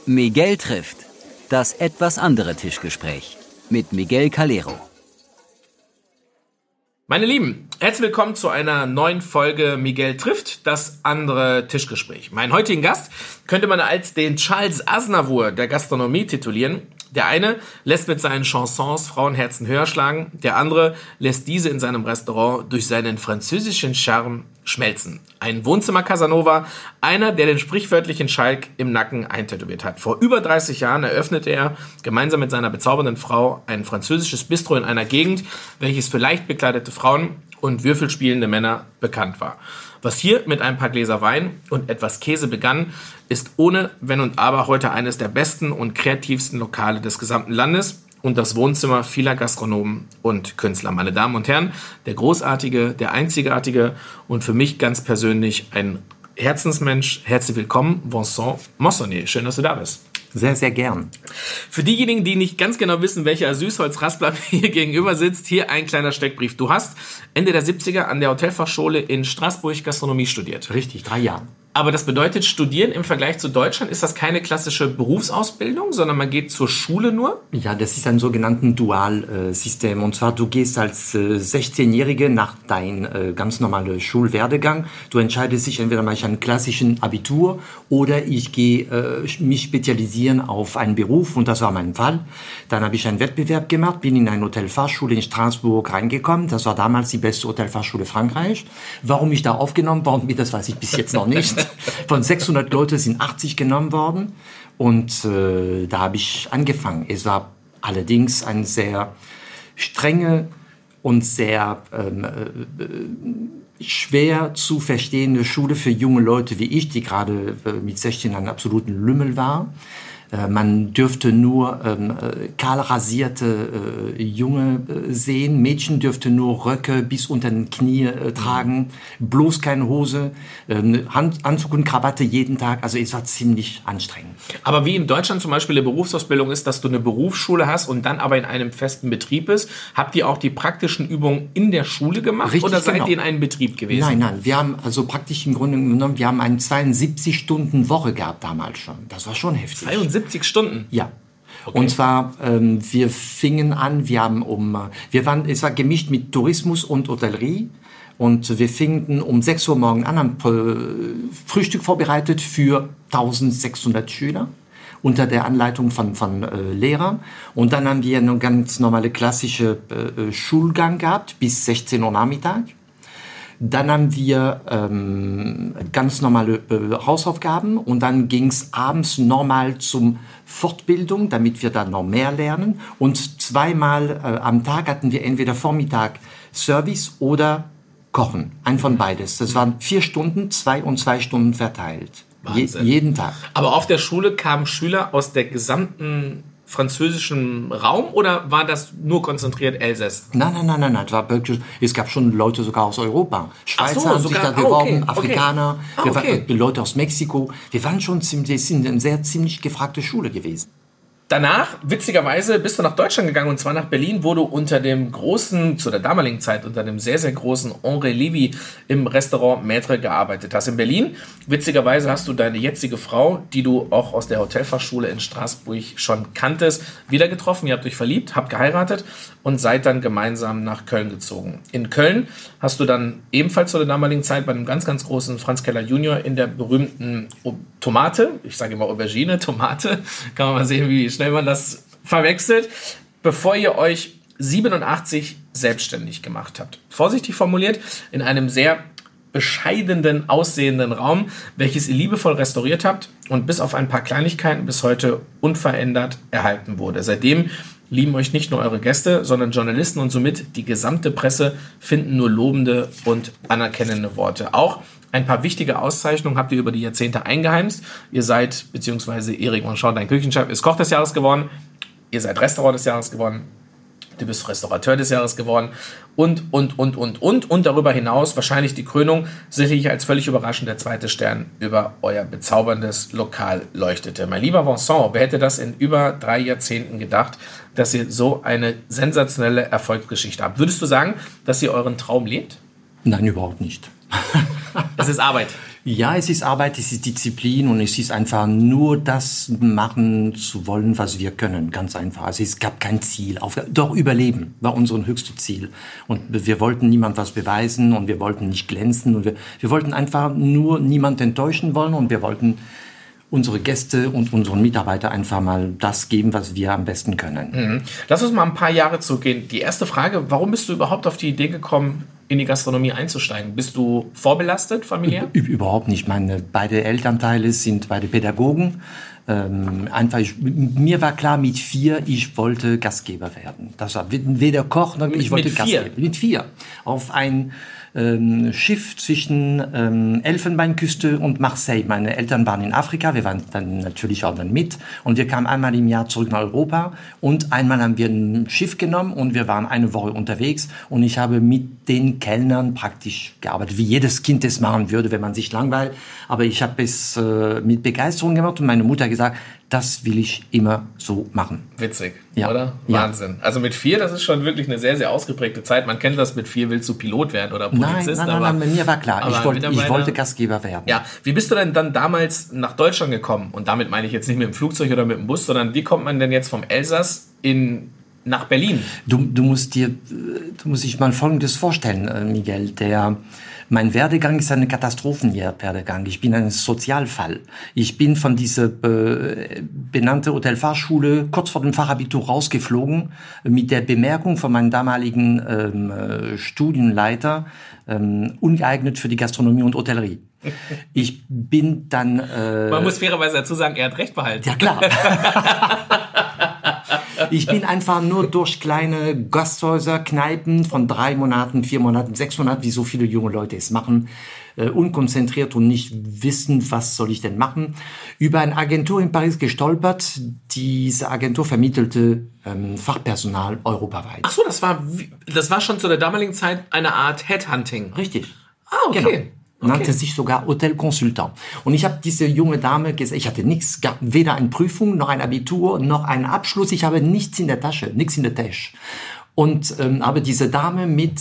Miguel trifft. Das etwas andere Tischgespräch mit Miguel Calero. Meine Lieben, herzlich willkommen zu einer neuen Folge Miguel trifft, das andere Tischgespräch. Meinen heutigen Gast könnte man als den Charles Aznavour der Gastronomie titulieren. Der eine lässt mit seinen Chansons Frauenherzen höher schlagen, der andere lässt diese in seinem Restaurant durch seinen französischen Charme schmelzen. Ein Wohnzimmer-Casanova, einer, der den sprichwörtlichen Schalk im Nacken eintätowiert hat. Vor über 30 Jahren eröffnete er gemeinsam mit seiner bezaubernden Frau ein französisches Bistro in einer Gegend, welches für leicht bekleidete Frauen und würfelspielende Männer bekannt war. Was hier mit ein paar Gläser Wein und etwas Käse begann, ist ohne Wenn und Aber heute eines der besten und kreativsten Lokale des gesamten Landes und das Wohnzimmer vieler Gastronomen und Künstler. Meine Damen und Herren, der großartige, der einzigartige und für mich ganz persönlich ein Herzensmensch. Herzlich willkommen, Vincent Moissonnier. Schön, dass du da bist. Sehr, sehr gern. Für diejenigen, die nicht ganz genau wissen, welcher Süßholz-Raspler hier gegenüber sitzt, hier ein kleiner Steckbrief. Du hast Ende der 70er an der Hotelfachschule in Straßburg Gastronomie studiert. Richtig, 3 Jahre. Aber das bedeutet, studieren im Vergleich zu Deutschland ist das keine klassische Berufsausbildung, sondern man geht zur Schule nur? Ja, das ist ein sogenanntes Dualsystem. Und zwar, du gehst als 16-Jährige nach deinem ganz normalen Schulwerdegang. Du entscheidest dich, entweder mache ich einen klassischen Abitur oder ich gehe mich spezialisieren auf einen Beruf. Und das war mein Fall. Dann habe ich einen Wettbewerb gemacht, bin in eine Hotelfachschule in Straßburg reingekommen. Das war damals die beste Hotelfachschule Frankreich. Warum ich da aufgenommen worden bin, das weiß ich bis jetzt noch nicht. Von 600 Leuten sind 80 genommen worden und da habe ich angefangen. Es war allerdings eine sehr strenge und sehr schwer zu verstehende Schule für junge Leute wie ich, die gerade mit 16 ein absoluten Lümmel war. Man dürfte nur kahl rasierte Junge sehen. Mädchen dürfte nur Röcke bis unter den Knie tragen. Bloß keine Hose. Anzug und Krawatte jeden Tag. Also es war ziemlich anstrengend. Aber wie in Deutschland zum Beispiel eine Berufsausbildung ist, dass du eine Berufsschule hast und dann aber in einem festen Betrieb bist, habt ihr auch die praktischen Übungen in der Schule gemacht? Richtig, oder seid genau. ihr in einem Betrieb gewesen? Nein. Wir haben also praktisch im Grunde genommen, wir haben eine 72-Stunden-Woche gehabt damals schon. Das war schon heftig. 72 Stunden? Ja. Okay. Und zwar, wir fingen an, es war gemischt mit Tourismus und Hotellerie. Und wir fingen um 6 Uhr morgens an, haben Frühstück vorbereitet für 1600 Schüler unter der Anleitung von Lehrern. Und dann haben wir eine ganz normale klassische Schulgang gehabt bis 16 Uhr Nachmittag. Dann haben wir ganz normale Hausaufgaben und dann ging es abends normal zum Fortbildung, damit wir dann noch mehr lernen. Und 2-mal am Tag hatten wir entweder Vormittag Service oder Kochen. Ein von beides. Das waren 4 Stunden, 2 und 2 Stunden verteilt. Jeden Tag. Aber auf der Schule kamen Schüler aus der gesamten französischen Raum oder war das nur konzentriert Elsass? Nein. Das war wirklich, es gab schon Leute sogar aus Europa. Schweizer haben sich da Okay. beworben, Afrikaner, Okay. Leute aus Mexiko. Wir waren schon eine sehr ziemlich gefragte Schule gewesen. Danach, witzigerweise, bist du nach Deutschland gegangen und zwar nach Berlin, wo du unter dem großen, zu der damaligen Zeit, unter dem sehr, sehr großen Henri Levy im Restaurant Maître gearbeitet hast. In Berlin, witzigerweise, hast du deine jetzige Frau, die du auch aus der Hotelfachschule in Straßburg schon kanntest, wieder getroffen. Ihr habt euch verliebt, habt geheiratet und seid dann gemeinsam nach Köln gezogen. In Köln hast du dann ebenfalls zu der damaligen Zeit bei einem ganz, ganz großen Franz Keller Junior in der berühmten Tomate, ich sage immer Aubergine, Tomate, kann man mal sehen, wie schnell man das verwechselt, bevor ihr euch 87 selbstständig gemacht habt. Vorsichtig formuliert, in einem sehr bescheidenen, aussehenden Raum, welches ihr liebevoll restauriert habt und bis auf ein paar Kleinigkeiten bis heute unverändert erhalten wurde. Seitdem lieben euch nicht nur eure Gäste, sondern Journalisten und somit die gesamte Presse finden nur lobende und anerkennende Worte. Auch ein paar wichtige Auszeichnungen habt ihr über die Jahrzehnte eingeheimst. Ihr seid, beziehungsweise Erik Monchon, dein Küchenchef, ist Koch des Jahres geworden. Ihr seid Restaurant des Jahres geworden. Du bist Restaurateur des Jahres geworden. Und darüber hinaus wahrscheinlich die Krönung, sicherlich als völlig überraschend der 2. Stern über euer bezauberndes Lokal leuchtete. Mein lieber Vincent, wer hätte das in über 3 Jahrzehnten gedacht, dass ihr so eine sensationelle Erfolgsgeschichte habt? Würdest du sagen, dass ihr euren Traum lebt? Nein, überhaupt nicht. Es ist Arbeit. Ja, es ist Arbeit, es ist Disziplin und es ist einfach nur das machen zu wollen, was wir können. Ganz einfach. Also es gab kein Ziel. Doch Überleben war unser höchstes Ziel. Und wir wollten niemand was beweisen und wir wollten nicht glänzen. Und wir wollten einfach nur niemand enttäuschen wollen und wir wollten unsere Gäste und unseren Mitarbeiter einfach mal das geben, was wir am besten können. Mhm. Lass uns mal ein paar Jahre zurückgehen. Die erste Frage, warum bist du überhaupt auf die Idee gekommen, in die Gastronomie einzusteigen? Bist du vorbelastet familiär? Überhaupt nicht. Meine beide Elternteile sind beide Pädagogen. Mir war klar, mit 4, ich wollte Gastgeber werden. Das war weder Koch, noch ich wollte Gastgeber. Mit 4. Auf ein Schiff zwischen Elfenbeinküste und Marseille. Meine Eltern waren in Afrika, wir waren dann natürlich auch dann mit und wir kamen einmal im Jahr zurück nach Europa und einmal haben wir ein Schiff genommen und wir waren eine Woche unterwegs und ich habe mit den Kellnern praktisch gearbeitet, wie jedes Kind es machen würde, wenn man sich langweilt. Aber ich habe es mit Begeisterung gemacht und meine Mutter hat gesagt, das will ich immer so machen. Witzig, ja. Oder? Ja. Wahnsinn. Also mit 4, das ist schon wirklich eine sehr, sehr ausgeprägte Zeit. Man kennt das, mit 4 willst du Pilot werden oder Polizist. Nein, mir war klar, ich wollte Gastgeber werden. Ja, wie bist du denn dann damals nach Deutschland gekommen? Und damit meine ich jetzt nicht mit dem Flugzeug oder mit dem Bus, sondern wie kommt man denn jetzt vom Elsass nach Berlin? Du musst dich mal Folgendes vorstellen, Miguel. Mein Werdegang ist ein Katastrophenwerdegang. Ich bin ein Sozialfall. Ich bin von dieser benannte Hotelfachschule kurz vor dem Fachabitur rausgeflogen mit der Bemerkung von meinem damaligen Studienleiter, ungeeignet für die Gastronomie und Hotellerie. Ich bin dann... Man muss fairerweise dazu sagen, er hat recht behalten. Ja, klar. Ich bin einfach nur durch kleine Gasthäuser, Kneipen von 3 Monaten, 4 Monaten, 6 Monaten, wie so viele junge Leute es machen, unkonzentriert und nicht wissen, was soll ich denn machen, über eine Agentur in Paris gestolpert. Diese Agentur vermittelte Fachpersonal europaweit. Ach so, das war schon zu der damaligen Zeit eine Art Headhunting. Richtig. Ah, okay. Genau. Nannte sich sogar Hotelconsultant. Und ich habe diese junge Dame gesagt, ich hatte nichts, weder eine Prüfung, noch ein Abitur, noch einen Abschluss. Ich habe nichts in der Tasche, nichts in der Tasche. Und habe diese Dame mit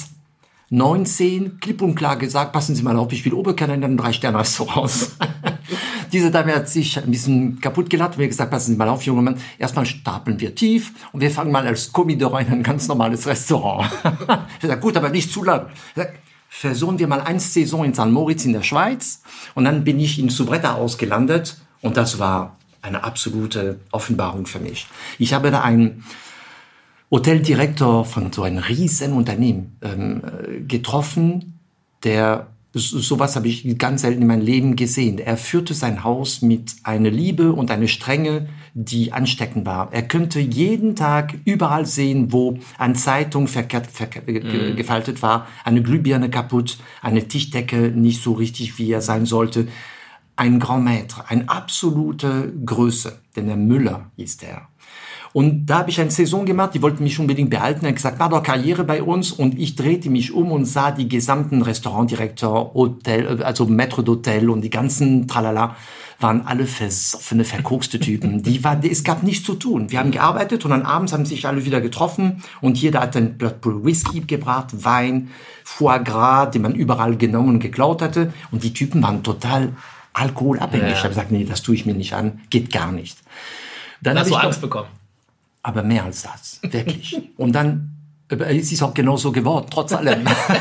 19 klipp und klar gesagt, passen Sie mal auf, ich will Oberkellner in einem 3-Sterne-Restaurant. Diese Dame hat sich ein bisschen kaputt gelacht und mir gesagt, passen Sie mal auf, junger Mann, erstmal stapeln wir tief und wir fangen mal als Commis in ein ganz normales Restaurant. Ich sage, gut, aber nicht zu lang. Versuchen wir mal eine Saison in St. Moritz in der Schweiz und dann bin ich in Soubretta ausgelandet und das war eine absolute Offenbarung für mich. Ich habe da einen Hoteldirektor von so einem riesen Unternehmen getroffen, der sowas habe ich ganz selten in meinem Leben gesehen. Er führte sein Haus mit einer Liebe und einer Strenge, die ansteckend war. Er könnte jeden Tag überall sehen, wo eine Zeitung gefaltet war, eine Glühbirne kaputt, eine Tischdecke nicht so richtig, wie er sein sollte. Ein Grand Maître, eine absolute Größe, denn der Müller ist er. Und da habe ich eine Saison gemacht, die wollten mich unbedingt behalten. Er hat gesagt, mach doch Karriere bei uns. Und ich drehte mich um und sah die gesamten Restaurantdirektor, Hotel, also Maître d'Hotel und die ganzen Tralala, waren alle versoffene, verkokste Typen. Es gab nichts zu tun. Wir haben gearbeitet und dann abends haben sich alle wieder getroffen und jeder hat ein Blatt Whisky gebracht, Wein, Foie Gras, den man überall genommen und geklaut hatte. Und die Typen waren total alkoholabhängig. Ja. Ich habe gesagt, nee, das tue ich mir nicht an, geht gar nicht. Dann hast du Angst bekommen. Aber mehr als das, wirklich. Und dann ist es auch genauso geworden, trotz allem.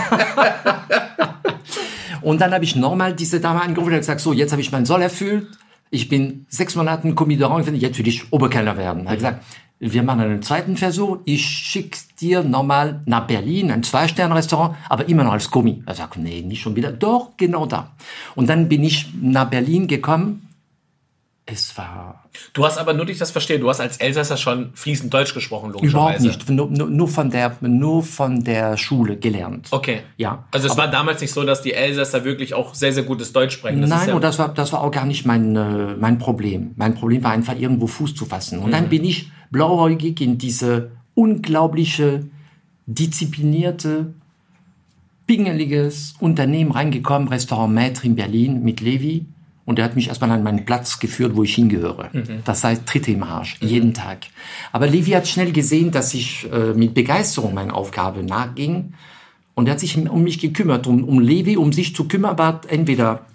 Und dann habe ich nochmal diese Dame angerufen und gesagt, so, jetzt habe ich meinen Soll erfüllt. Ich bin 6 Monate Commis de Rang, jetzt will ich Oberkellner werden. Er hat gesagt, wir machen einen zweiten Versuch. Ich schicke dir nochmal nach Berlin, ein 2-Sterne-Restaurant, aber immer noch als Commis. Er sagt, nee, nicht schon wieder. Doch, genau da. Und dann bin ich nach Berlin gekommen. Es war... Du hast aber, nur durch das Verstehen, du hast als Elsasser schon fließend Deutsch gesprochen, logischerweise. Überhaupt nicht, nur von der Schule gelernt. Okay. Ja. Also es war damals nicht so, dass die Elsasser wirklich auch sehr, sehr gutes Deutsch sprechen. Nein, und das war auch gar nicht mein Problem. Mein Problem war einfach, irgendwo Fuß zu fassen. Und dann bin ich blauäugig in diese unglaubliche, disziplinierte, pingeliges Unternehmen reingekommen, Restaurant Maître in Berlin mit Levi. Und er hat mich erstmal an meinen Platz geführt, wo ich hingehöre. Das heißt, Tritte im Arsch, jeden Tag. Aber Levi hat schnell gesehen, dass ich mit Begeisterung meiner Aufgabe nachging. Und er hat sich um mich gekümmert. Um Levi, um sich zu kümmern, war entweder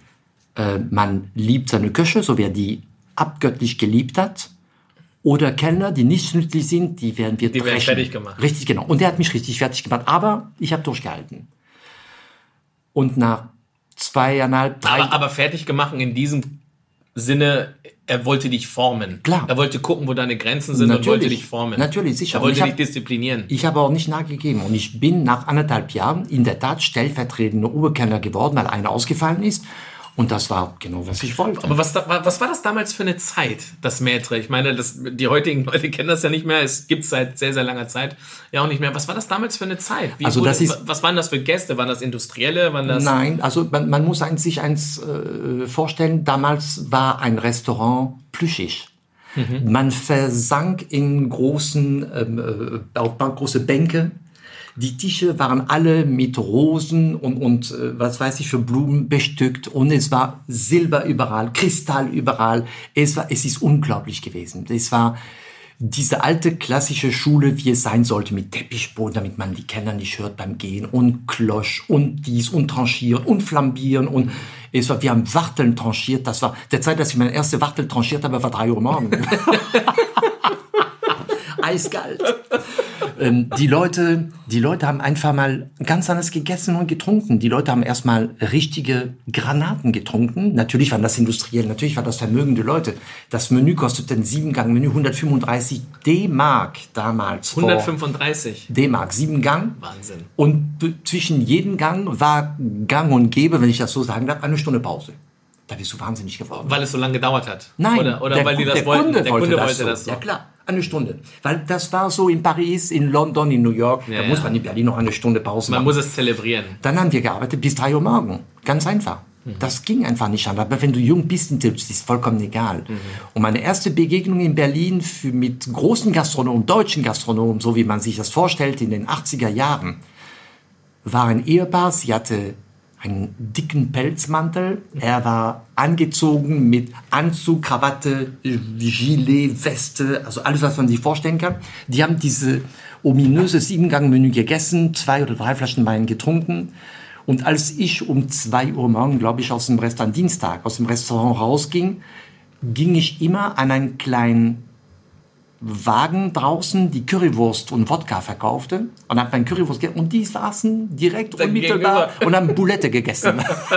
Man liebt seine Küche, so wer die abgöttlich geliebt hat. Oder Kellner, die nicht nützlich sind, die werden wir Die werden fertig gemacht. Richtig, genau. Und der hat mich richtig fertig gemacht. Aber ich habe durchgehalten. Und nach 2,5, 3... Aber fertig gemacht in diesem Sinne, er wollte dich formen. Klar. Er wollte gucken, wo deine Grenzen sind und wollte dich formen. Natürlich, sicher. Er wollte dich disziplinieren. Ich habe auch nicht nachgegeben. Und ich bin nach 1,5 Jahren in der Tat stellvertretender Oberkellner geworden, weil einer ausgefallen ist. Und das war genau, was ich wollte. Aber was war das damals für eine Zeit, das Maitre? Ich meine, die heutigen Leute kennen das ja nicht mehr. Es gibt es seit sehr, sehr langer Zeit ja auch nicht mehr. Was war das damals für eine Zeit? Was waren das für Gäste? Waren das Industrielle? Nein, also man muss sich eins vorstellen. Damals war ein Restaurant plüschig. Man versank in große Bänke. Die Tische waren alle mit Rosen und was weiß ich für Blumen bestückt und es war Silber überall, Kristall überall. Es ist unglaublich gewesen. Es war diese alte klassische Schule, wie es sein sollte, mit Teppichboden, damit man die Kellner nicht hört beim Gehen und Cloche und dies und tranchieren und flambieren und wir haben Wachteln tranchiert. Das war der Zeit, dass ich meine erste Wachtel tranchiert habe, war 3 Uhr morgens. Eiskalt. Die Leute haben einfach mal ganz anders gegessen und getrunken. Die Leute haben erstmal richtige Granaten getrunken. Natürlich waren das industriell, natürlich waren das vermögende Leute. Das Menü kostete ein 7-Gang-Menü 135 D-Mark damals. 135? D-Mark, 7 Gang. Wahnsinn. Und zwischen jedem Gang war gang und gäbe, wenn ich das so sagen darf, 1 Stunde Pause. Da bist du wahnsinnig geworden. Weil es so lange gedauert hat? Nein. Oder weil die das wollten? Der Kunde wollte das so. Ja klar, 1 Stunde. Weil das war so in Paris, in London, in New York. Ja, da muss man in Berlin noch 1 Stunde Pause machen. Man muss es zelebrieren. Dann haben wir gearbeitet bis 3 Uhr morgens. Ganz einfach. Das ging einfach nicht anders. Aber wenn du jung bist, ist es vollkommen egal. Und meine erste Begegnung in Berlin mit großen Gastronomen, deutschen Gastronomen, so wie man sich das vorstellt in den 80er Jahren, war ein Ehepaar. Sie hatte einen dicken Pelzmantel. Er war angezogen mit Anzug, Krawatte, Gilet, Weste, also alles, was man sich vorstellen kann. Die haben diese ominöse 7-Gang-Menü gegessen, 2 oder 3 Flaschen Wein getrunken. Und als ich um 2 Uhr morgens, glaube ich, aus dem Restaurant rausging, ging ich immer an einen kleinen Wagen draußen, die Currywurst und Wodka verkaufte und habe mein Currywurst gegessen und die saßen direkt unmittelbar und haben Boulette gegessen.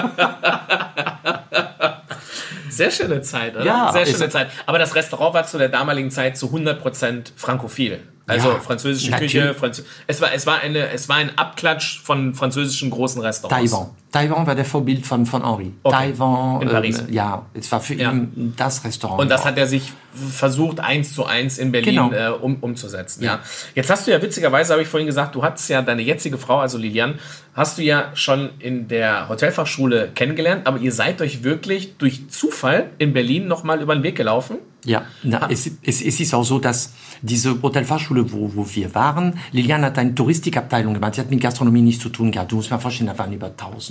Sehr schöne Zeit, oder? Ja, sehr schöne Zeit. Aber das Restaurant war zu der damaligen Zeit zu 100% frankophil. Also ja, französische natürlich. Küche. Es war ein Abklatsch von französischen großen Restaurants. Taiwan war der Vorbild von Henri. Okay. Taiwan, in Paris. Es war für ihn das Restaurant. Und das hat er sich versucht, 1:1 in Berlin umzusetzen. Ja. Jetzt hast du ja witzigerweise, habe ich vorhin gesagt, du hattest ja deine jetzige Frau, also Liliane, hast du ja schon in der Hotelfachschule kennengelernt, aber ihr seid euch wirklich durch Zufall in Berlin nochmal über den Weg gelaufen? Ja, es ist auch so, dass diese Hotelfachschule, wo wir waren, Liliane hat eine Touristikabteilung gemacht. Sie hat mit Gastronomie nichts zu tun gehabt. Du musst mir vorstellen, da waren über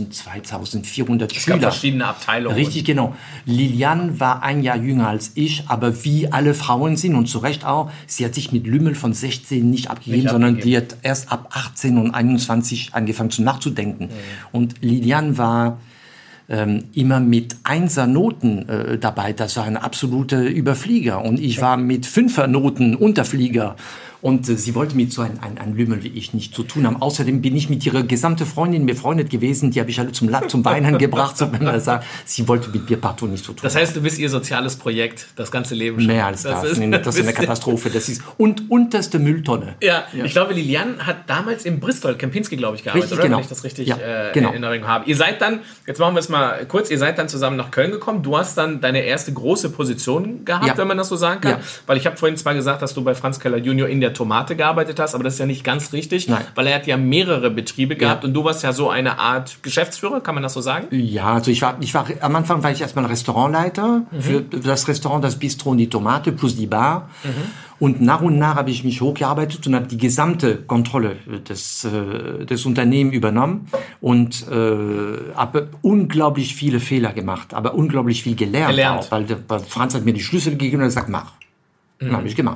2400 Schüler. Es gab verschiedene Abteilungen. Richtig, genau. Liliane war 1 Jahr jünger als ich, aber wie alle Frauen sind und zu Recht auch, sie hat sich mit Lümmel von 16 nicht abgegeben, sondern die hat erst ab 18 und 21 angefangen zu nachzudenken. Und Liliane war immer mit 1er Noten dabei. Das war ein absoluter Überflieger. Und ich war mit 5er Noten Unterflieger. Und sie wollte mit so ein Lümmel wie ich nicht zu tun haben. Außerdem bin ich mit ihrer gesamten Freundin befreundet gewesen. Die habe ich alle zum Weinen gebracht. So, wenn man sagt, sie wollte mit mir partout nichts zu tun. Das heißt, du bist ihr soziales Projekt, das ganze Leben schon. Mehr als das. Das ist eine Katastrophe. Das ist unterste Mülltonne. Ja, ich glaube, Liliane hat damals in Bristol, Kempinski, glaube ich, gearbeitet, richtig, oder? Genau. Wenn ich das richtig in Erinnerung habe. Ihr seid dann, jetzt machen wir es mal kurz, ihr seid dann zusammen nach Köln gekommen. Du hast dann deine erste große Position gehabt, wenn man das so sagen kann. Ja. Weil ich habe vorhin zwar gesagt, dass du bei Franz Keller Junior in der Tomate gearbeitet hast, aber das ist ja nicht ganz richtig, weil er hat ja mehrere Betriebe gehabt und du warst ja so eine Art Geschäftsführer, kann man das so sagen? Ja, also am Anfang war ich erstmal Referentleiter für das Restaurant, das Bistro und die Tomate plus die Bar. Und nach habe ich mich hochgearbeitet und habe die gesamte Kontrolle des Unternehmens übernommen und habe unglaublich viele Fehler gemacht, aber unglaublich viel gelernt. Auch, weil Franz hat mir die Schlüssel gegeben und hat gesagt, mach. Dann habe ich gemacht.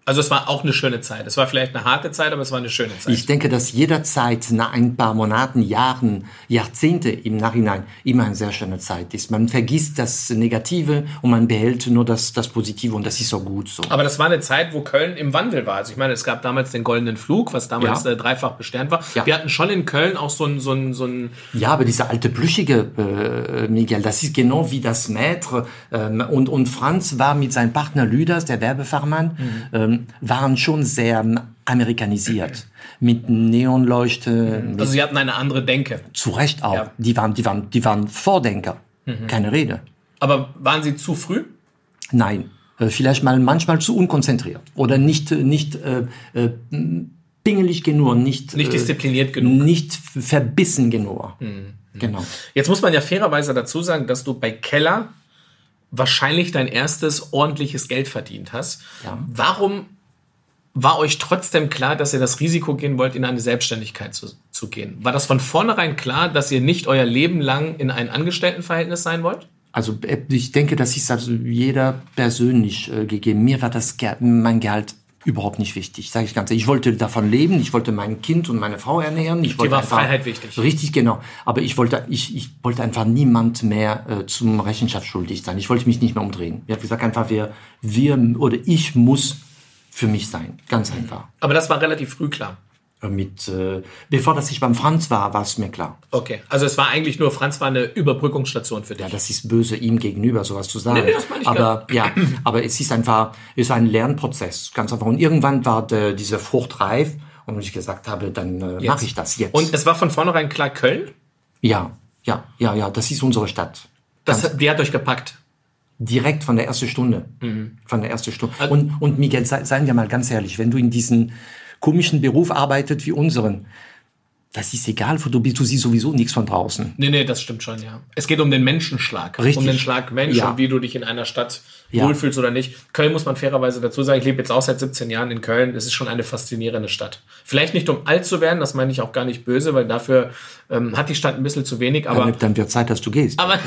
Also es war auch eine schöne Zeit. Es war vielleicht eine harte Zeit, aber es war eine schöne Zeit. Ich denke, dass jederzeit nach ein paar Monaten, Jahren, Jahrzehnte im Nachhinein immer eine sehr schöne Zeit ist. Man vergisst das Negative und man behält nur das Positive und das ist so gut so. Aber das war eine Zeit, wo Köln im Wandel war. Also ich meine, es gab damals den Goldenen Flug, was damals dreifach besternt war. Ja. Wir hatten schon in Köln auch so ein... Ja, aber dieser alte Plüschige, Miguel, das ist genau wie das Maître. Und Franz war mit seinem Partner Lüders, der Werbefachmann, waren schon sehr amerikanisiert. Mit Neonleuchte. Also sie hatten eine andere Denke. Zu Recht auch. Ja. Die waren Vordenker. Keine Rede. Aber waren sie zu früh? Nein. Vielleicht manchmal zu unkonzentriert. Oder nicht pingelig genug. Nicht diszipliniert genug. Nicht verbissen genug. Genau. Jetzt muss man ja fairerweise dazu sagen, dass du bei Keller wahrscheinlich dein erstes ordentliches Geld verdient hast. Ja. Warum war euch trotzdem klar, dass ihr das Risiko gehen wollt, in eine Selbstständigkeit zu gehen? War das von vornherein klar, dass ihr nicht euer Leben lang in ein Angestelltenverhältnis sein wollt? Also ich denke, das ist also jeder persönlich gegeben. Mir war mein Gehalt überhaupt nicht wichtig, sage ich ganz ehrlich. Ich wollte davon leben, ich wollte mein Kind und meine Frau ernähren. Dir war Freiheit wichtig. Richtig, genau. Aber ich wollte einfach niemand mehr zum Rechenschaft schuldig sein. Ich wollte mich nicht mehr umdrehen. Ich habe gesagt, einfach ich muss für mich sein. Ganz einfach. Aber das war relativ früh klar. Bevor das ich beim Franz war es mir klar. Okay, also es war eigentlich nur, Franz war eine Überbrückungsstation für dich. Ja, das ist böse ihm gegenüber, sowas zu sagen. Nee, das meine ich aber es ist ein Lernprozess, ganz einfach. Und irgendwann war diese Frucht reif und ich gesagt habe, dann mache ich das jetzt. Und es war von vornherein klar Köln? Ja, das ist unsere Stadt. Die hat euch gepackt? Direkt von der ersten Stunde. Von der ersten Stunde. Also, und Miguel, seien wir mal ganz ehrlich, wenn du in diesen komischen Beruf arbeitet wie unseren, das ist egal, wo du bist, du siehst sowieso nichts von draußen. Nee, das stimmt schon, ja. Es geht um den Menschenschlag. Richtig. Um den Schlag Mensch und wie du dich in einer Stadt wohlfühlst oder nicht. Köln muss man fairerweise dazu sagen, ich lebe jetzt auch seit 17 Jahren in Köln, es ist schon eine faszinierende Stadt. Vielleicht nicht, um alt zu werden, das meine ich auch gar nicht böse, weil dafür hat die Stadt ein bisschen zu wenig, aber... Dann wird Zeit, dass du gehst. Aber...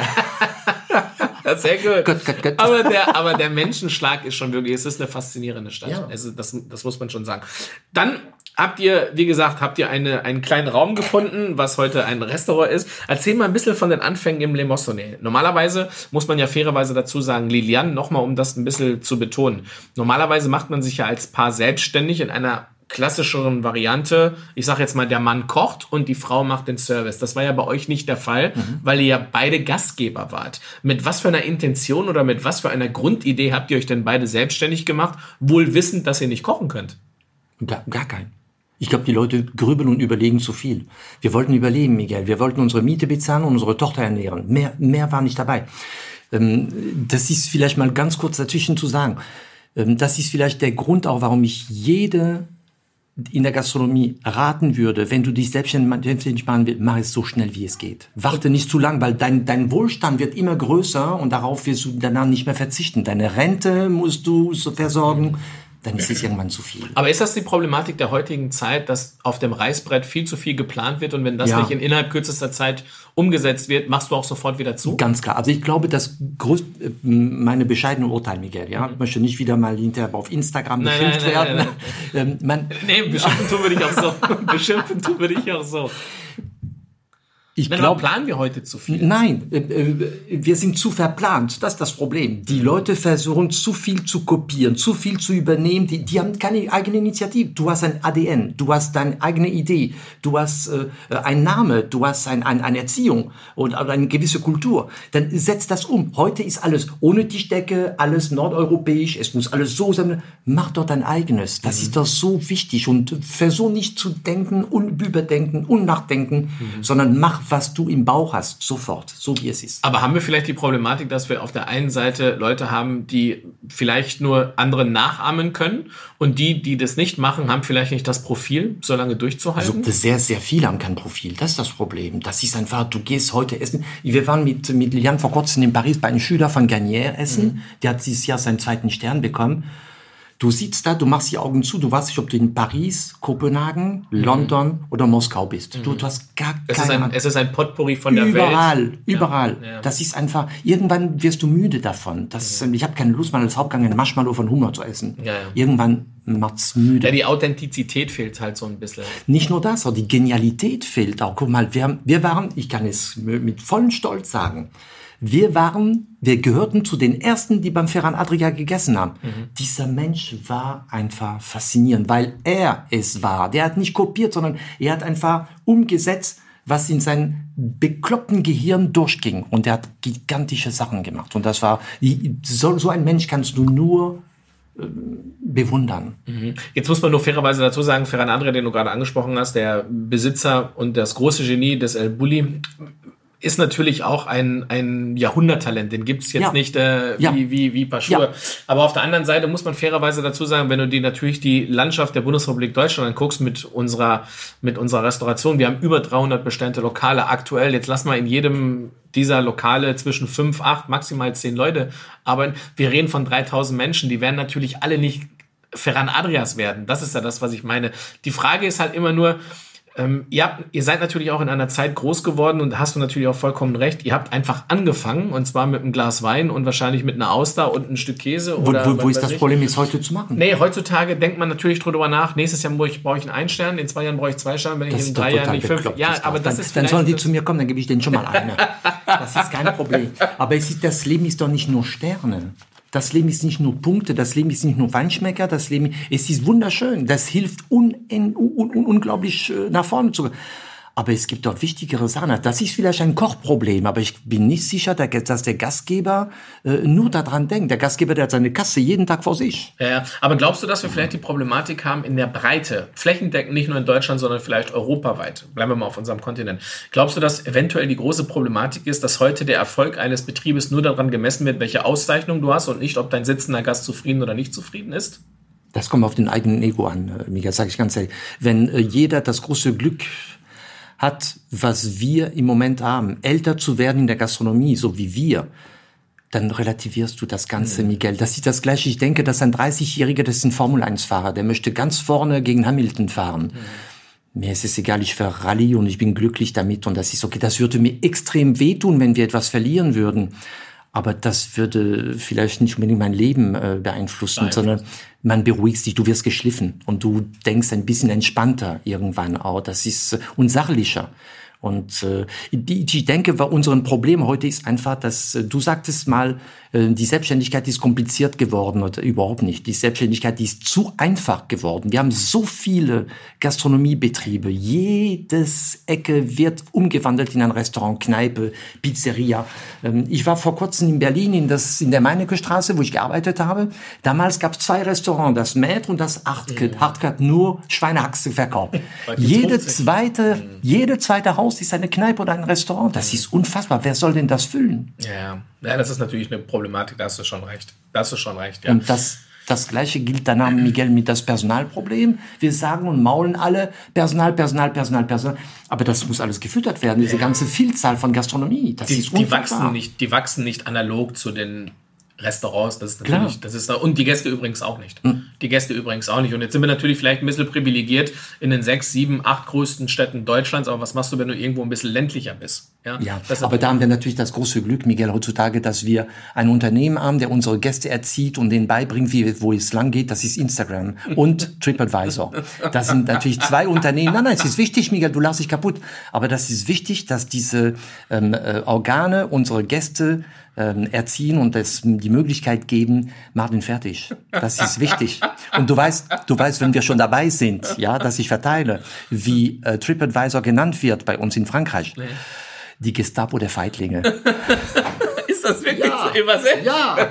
Sehr gut. Gut. Aber der Menschenschlag ist schon wirklich, es ist eine faszinierende Stadt. Ja. Das muss man schon sagen. Dann habt ihr, wie gesagt, einen kleinen Raum gefunden, was heute ein Restaurant ist. Erzähl mal ein bisschen von den Anfängen im Le Moissonnet. Normalerweise muss man ja fairerweise dazu sagen, Liliane, nochmal, um das ein bisschen zu betonen. Normalerweise macht man sich ja als Paar selbstständig in einer klassischeren Variante, ich sage jetzt mal, der Mann kocht und die Frau macht den Service. Das war ja bei euch nicht der Fall, weil ihr ja beide Gastgeber wart. Mit was für einer Intention oder mit was für einer Grundidee habt ihr euch denn beide selbstständig gemacht, wohl wissend, dass ihr nicht kochen könnt? Gar kein. Ich glaube, die Leute grübeln und überlegen zu viel. Wir wollten überleben, Miguel. Wir wollten unsere Miete bezahlen und unsere Tochter ernähren. Mehr war nicht dabei. Das ist vielleicht mal ganz kurz dazwischen zu sagen. Das ist vielleicht der Grund auch, warum ich jede in der Gastronomie raten würde, wenn du dich selbstständig machen willst, mach es so schnell wie es geht. Warte nicht zu lang, weil dein Wohlstand wird immer größer und darauf wirst du danach nicht mehr verzichten. Deine Rente musst du so versorgen, dann ist es irgendwann zu viel. Aber ist das die Problematik der heutigen Zeit, dass auf dem Reißbrett viel zu viel geplant wird und wenn das nicht innerhalb kürzester Zeit umgesetzt wird, machst du auch sofort wieder zu? Ganz klar. Also ich glaube, das meine bescheidene Urteil, Miguel, ich möchte nicht wieder mal hinterher auf Instagram beschimpft werden. Beschimpfen tun wir dich auch so. Ich glaube, planen wir heute zu viel? Nein, wir sind zu verplant. Das ist das Problem. Die Leute versuchen zu viel zu kopieren, zu viel zu übernehmen. Die haben keine eigene Initiative. Du hast ein ADN, du hast deine eigene Idee, du hast einen Name, du hast eine Erziehung und eine gewisse Kultur. Dann setz das um. Heute ist alles ohne Tischdecke, alles nordeuropäisch. Es muss alles so sein. Mach doch dein eigenes. Das ist doch so wichtig. Und versuch nicht zu denken, überdenken, unnachdenken, sondern mach, was du im Bauch hast, sofort, so wie es ist. Aber haben wir vielleicht die Problematik, dass wir auf der einen Seite Leute haben, die vielleicht nur andere nachahmen können und die das nicht machen, haben vielleicht nicht das Profil, so lange durchzuhalten? Also sehr, sehr viele haben kein Profil, das ist das Problem. Das ist einfach, du gehst heute essen. Wir waren mit Liliane vor kurzem in Paris bei einem Schüler von Garnier essen, der hat dieses Jahr seinen 2. Stern bekommen. Du sitzt da, du machst die Augen zu, du weißt nicht, ob du in Paris, Kopenhagen, London oder Moskau bist. Du hast gar keine Ahnung. Es ist ein Potpourri von der Welt. Überall. Ja. Das ist einfach, irgendwann wirst du müde davon. Ich habe keine Lust, mal als Hauptgang einen Marshmallow von Hummer zu essen. Ja. Irgendwann macht's müde. Ja, die Authentizität fehlt halt so ein bisschen. Nicht nur das, auch die Genialität fehlt auch. Guck mal, wir waren, ich kann es mit vollem Stolz sagen, wir gehörten zu den Ersten, die beim Ferran Adria gegessen haben. Dieser Mensch war einfach faszinierend, weil er es war. Der hat nicht kopiert, sondern er hat einfach umgesetzt, was in seinem bekloppten Gehirn durchging. Und er hat gigantische Sachen gemacht. Und das war, so ein Mensch kannst du nur bewundern. Jetzt muss man nur fairerweise dazu sagen, Ferran Adria, den du gerade angesprochen hast, der Besitzer und das große Genie des El Bulli, ist natürlich auch ein Jahrhunderttalent. Den gibt's jetzt nicht wie Paschour. Ja. Aber auf der anderen Seite muss man fairerweise dazu sagen, wenn du dir natürlich die Landschaft der Bundesrepublik Deutschland anguckst mit unserer Restauration, wir haben über 300 bestellte Lokale aktuell. Jetzt lass mal in jedem dieser Lokale zwischen 5, 8, maximal 10 Leute arbeiten. Wir reden von 3000 Menschen. Die werden natürlich alle nicht Ferran Adrias werden. Das ist ja das, was ich meine. Die Frage ist halt immer nur, ihr seid natürlich auch in einer Zeit groß geworden und hast du natürlich auch vollkommen recht. Ihr habt einfach angefangen und zwar mit einem Glas Wein und wahrscheinlich mit einer Auster und ein Stück Käse. Wo ist das Problem, jetzt heute zu machen? Nee, heutzutage denkt man natürlich drüber nach. Nächstes Jahr brauche ich einen Einstern, in 2 Jahren brauche ich 2 Sterne, wenn ich in 3 Jahren nicht 5. Ja, aber das ist dann sollen die zu mir kommen, dann gebe ich denen schon mal eine. Das ist kein Problem. Aber das Leben ist doch nicht nur Sterne. Das Leben ist nicht nur Punkte, das Leben ist nicht nur Feinschmecker, es ist wunderschön. Das hilft unglaublich nach vorne zu gehen. Aber es gibt doch wichtigere Sachen. Das ist vielleicht ein Kochproblem, aber ich bin nicht sicher, dass der Gastgeber nur daran denkt. Der Gastgeber, der hat seine Kasse jeden Tag vor sich. Ja, aber glaubst du, dass wir vielleicht die Problematik haben in der Breite, flächendeckend, nicht nur in Deutschland, sondern vielleicht europaweit? Bleiben wir mal auf unserem Kontinent. Glaubst du, dass eventuell die große Problematik ist, dass heute der Erfolg eines Betriebes nur daran gemessen wird, welche Auszeichnung du hast und nicht, ob dein sitzender Gast zufrieden oder nicht zufrieden ist? Das kommt auf den eigenen Ego an, Miguel, sage ich ganz ehrlich. Wenn jeder das große Glück hat, was wir im Moment haben, älter zu werden in der Gastronomie, so wie wir, dann relativierst du das Ganze, Miguel. Das ist das Gleiche. Ich denke, dass ein 30-Jähriger, das ist ein Formel-1-Fahrer, der möchte ganz vorne gegen Hamilton fahren. Mir ist es egal, ich fahre Rallye und ich bin glücklich damit und das ist okay. Das würde mir extrem wehtun, wenn wir etwas verlieren würden. Aber das würde vielleicht nicht unbedingt mein Leben beeinflussen, sondern man beruhigt sich, du wirst geschliffen und du denkst ein bisschen entspannter irgendwann auch. Das ist unsachlicher. Und ich denke, unser Problem heute ist einfach, dass du sagtest mal, die Selbstständigkeit ist kompliziert geworden oder überhaupt nicht. Die Selbstständigkeit ist zu einfach geworden. Wir haben so viele Gastronomiebetriebe. Jedes Ecke wird umgewandelt in ein Restaurant, Kneipe, Pizzeria. Ich war vor kurzem in Berlin in der Meinecke-Straße, wo ich gearbeitet habe. Damals gab es 2 Restaurants, das Maître und das Hartkat. Hartkat nur Schweinehaxe verkauft. Jede zweite Haus ist eine Kneipe oder ein Restaurant. Das ist unfassbar. Wer soll denn das füllen? Ja, das ist natürlich eine Problematik. Da hast du schon recht. Ja. Und das Gleiche gilt danach, Miguel, mit das Personalproblem. Wir sagen und maulen alle Personal. Aber das muss alles gefüttert werden. Diese ganze Vielzahl von Gastronomie. Die wachsen nicht analog zu den Restaurants, das ist natürlich, und die Gäste übrigens auch nicht. Und jetzt sind wir natürlich vielleicht ein bisschen privilegiert in den 6, 7, 8 größten Städten Deutschlands, aber was machst du, wenn du irgendwo ein bisschen ländlicher bist? Ja, aber da haben wir natürlich das große Glück, Miguel, heutzutage, dass wir ein Unternehmen haben, der unsere Gäste erzieht und denen beibringt, wo es lang geht. Das ist Instagram und TripAdvisor. Das sind natürlich 2 Unternehmen. Nein, es ist wichtig, Miguel, du lachst dich kaputt. Aber das ist wichtig, dass diese Organe unsere Gäste erziehen und es die Möglichkeit geben, mach den fertig. Das ist wichtig. Und du weißt, wenn wir schon dabei sind, ja, dass ich verteile, wie TripAdvisor genannt wird bei uns in Frankreich. Nee. Die Gestapo der Feiglinge. Ist das wirklich so übersetzt? Ja.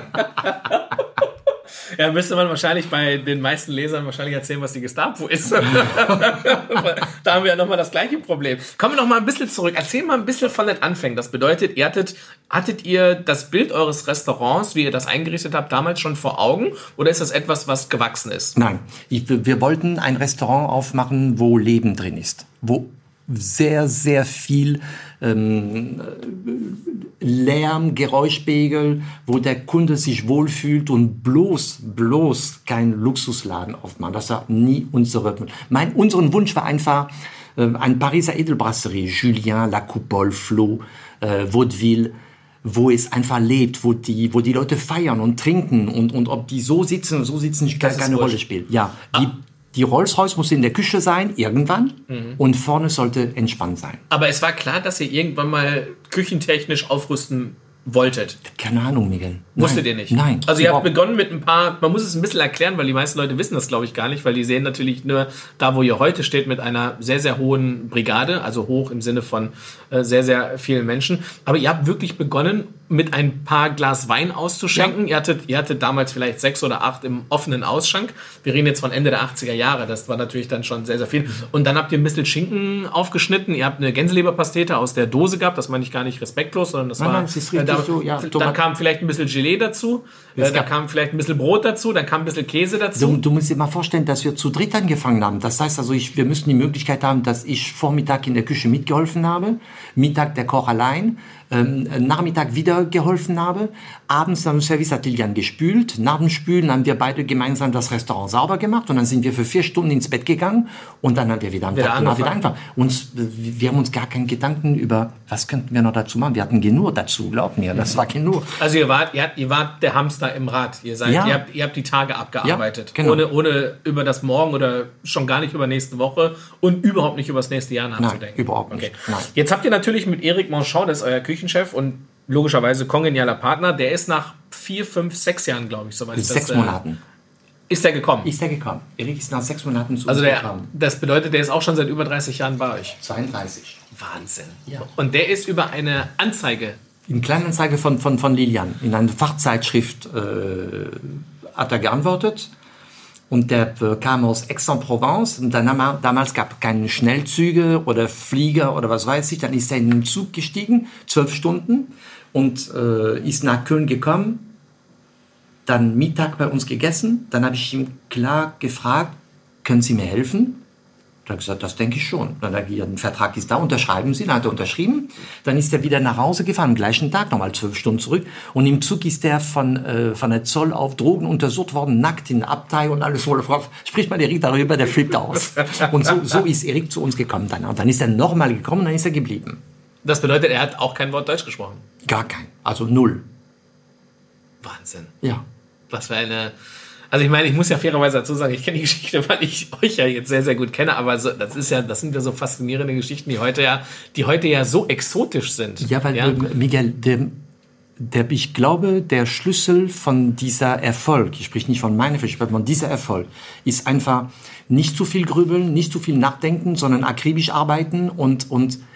Ja, müsste man wahrscheinlich bei den meisten Lesern wahrscheinlich erzählen, was die Gestapo ist. Da haben wir ja nochmal das gleiche Problem. Kommen wir noch mal ein bisschen zurück. Erzähl mal ein bisschen von den Anfängen. Das bedeutet, hattet ihr das Bild eures Restaurants, wie ihr das eingerichtet habt, damals schon vor Augen? Oder ist das etwas, was gewachsen ist? Nein, wir wollten ein Restaurant aufmachen, wo Leben drin ist. Wo sehr, sehr viel Lärm, Geräuschpegel, wo der Kunde sich wohlfühlt und bloß kein Luxusladen aufmachen. Das war nie unseren Wunsch war einfach ein Pariser Edelbrasserie, Julien, La Coupole, Flo, Vaudeville, wo es einfach lebt, wo die Leute feiern und trinken und ob die so sitzen keine Rolle spielt. Ja, die Rolls-Royce musste in der Küche sein, irgendwann, und vorne sollte entspannt sein. Aber es war klar, dass ihr irgendwann mal küchentechnisch aufrüsten wolltet. Keine Ahnung, Miguel. Musstet ihr nicht? Nein. Also ihr habt begonnen mit ein paar, man muss es ein bisschen erklären, weil die meisten Leute wissen das, glaube ich, gar nicht, weil die sehen natürlich nur da, wo ihr heute steht, mit einer sehr, sehr hohen Brigade, also hoch im Sinne von sehr, sehr vielen Menschen. Aber ihr habt wirklich begonnen, mit ein paar Glas Wein auszuschenken. Ja. Ihr hattet damals vielleicht 6 oder 8 im offenen Ausschank. Wir reden jetzt von Ende der 80er Jahre. Das war natürlich dann schon sehr, sehr viel. Und dann habt ihr ein bisschen Schinken aufgeschnitten. Ihr habt eine Gänseleberpastete aus der Dose gehabt. Das meine ich gar nicht respektlos, sondern das war... Das ist richtig so, ja. Dann kam vielleicht ein bisschen Gelee dazu. Da kam vielleicht ein bisschen Brot dazu. Dann kam ein bisschen Käse dazu. Du musst dir mal vorstellen, dass wir zu dritt angefangen haben. Das heißt also, wir müssen die Möglichkeit haben, dass ich Vormittag in der Küche mitgeholfen habe, Mittag der Koch allein, Nachmittag wieder geholfen habe. Abends am Service hat Lilian gespült. Nach dem Spülen haben wir beide gemeinsam das Restaurant sauber gemacht und dann sind wir für 4 Stunden ins Bett gegangen und dann haben wir wieder am Tag wieder angefangen. Wir haben uns gar keinen Gedanken über, was könnten wir noch dazu machen. Wir hatten genug dazu, glaub mir, das war genug. Also ihr wart der Hamster im Rad. Ihr habt die Tage abgearbeitet. Ja, genau. Ohne über das Morgen oder schon gar nicht über nächste Woche und überhaupt nicht über das nächste Jahr nachzudenken. Nein, überhaupt nicht. Okay. Nein. Jetzt habt ihr natürlich mit Eric Monchon, das ist euer Küchenchef und logischerweise kongenialer Partner, der ist nach 4, 5, 6 Jahren, glaube ich, soweit. 6 Monaten. Ist der gekommen? Eric ist nach 6 Monaten zu uns gekommen. Das bedeutet, der ist auch schon seit über 30 Jahren bei euch. 32. Wahnsinn. Ja. Und der ist über eine Anzeige. In Kleinanzeige von Lilian. In einer Fachzeitschrift hat er geantwortet. Und der kam aus Aix-en-Provence. Und damals gab es keine Schnellzüge oder Flieger oder was weiß ich. Dann ist er in den Zug gestiegen, 12 Stunden. Und ist nach Köln gekommen. Dann Mittag bei uns gegessen. Dann habe ich ihn klar gefragt, können Sie mir helfen? Er hat gesagt, das denke ich schon. Dann hat er gesagt, ein Vertrag ist da, unterschreiben Sie. Dann hat er unterschrieben. Dann ist er wieder nach Hause gefahren, am gleichen Tag, nochmal 12 Stunden zurück. Und im Zug ist er von der Zoll auf Drogen untersucht worden, nackt in der Abtei und alles. Spricht mal Eric darüber, der flippt aus. Und so ist Eric zu uns gekommen. Dann ist er nochmal gekommen, dann ist er geblieben. Das bedeutet, er hat auch kein Wort Deutsch gesprochen? Gar kein, also 0. Wahnsinn. Ja. Was für eine... Also ich meine, ich muss ja fairerweise dazu sagen, ich kenne die Geschichte, weil ich euch ja jetzt sehr, sehr gut kenne, aber so, das sind ja so faszinierende Geschichten, die heute ja so exotisch sind. Ja, weil Miguel, ich glaube, der Schlüssel von dieser Erfolg, ich spreche nicht von meinem Erfolg, ich spreche von dieser Erfolg, ist einfach nicht zu viel grübeln, nicht zu viel nachdenken, sondern akribisch arbeiten und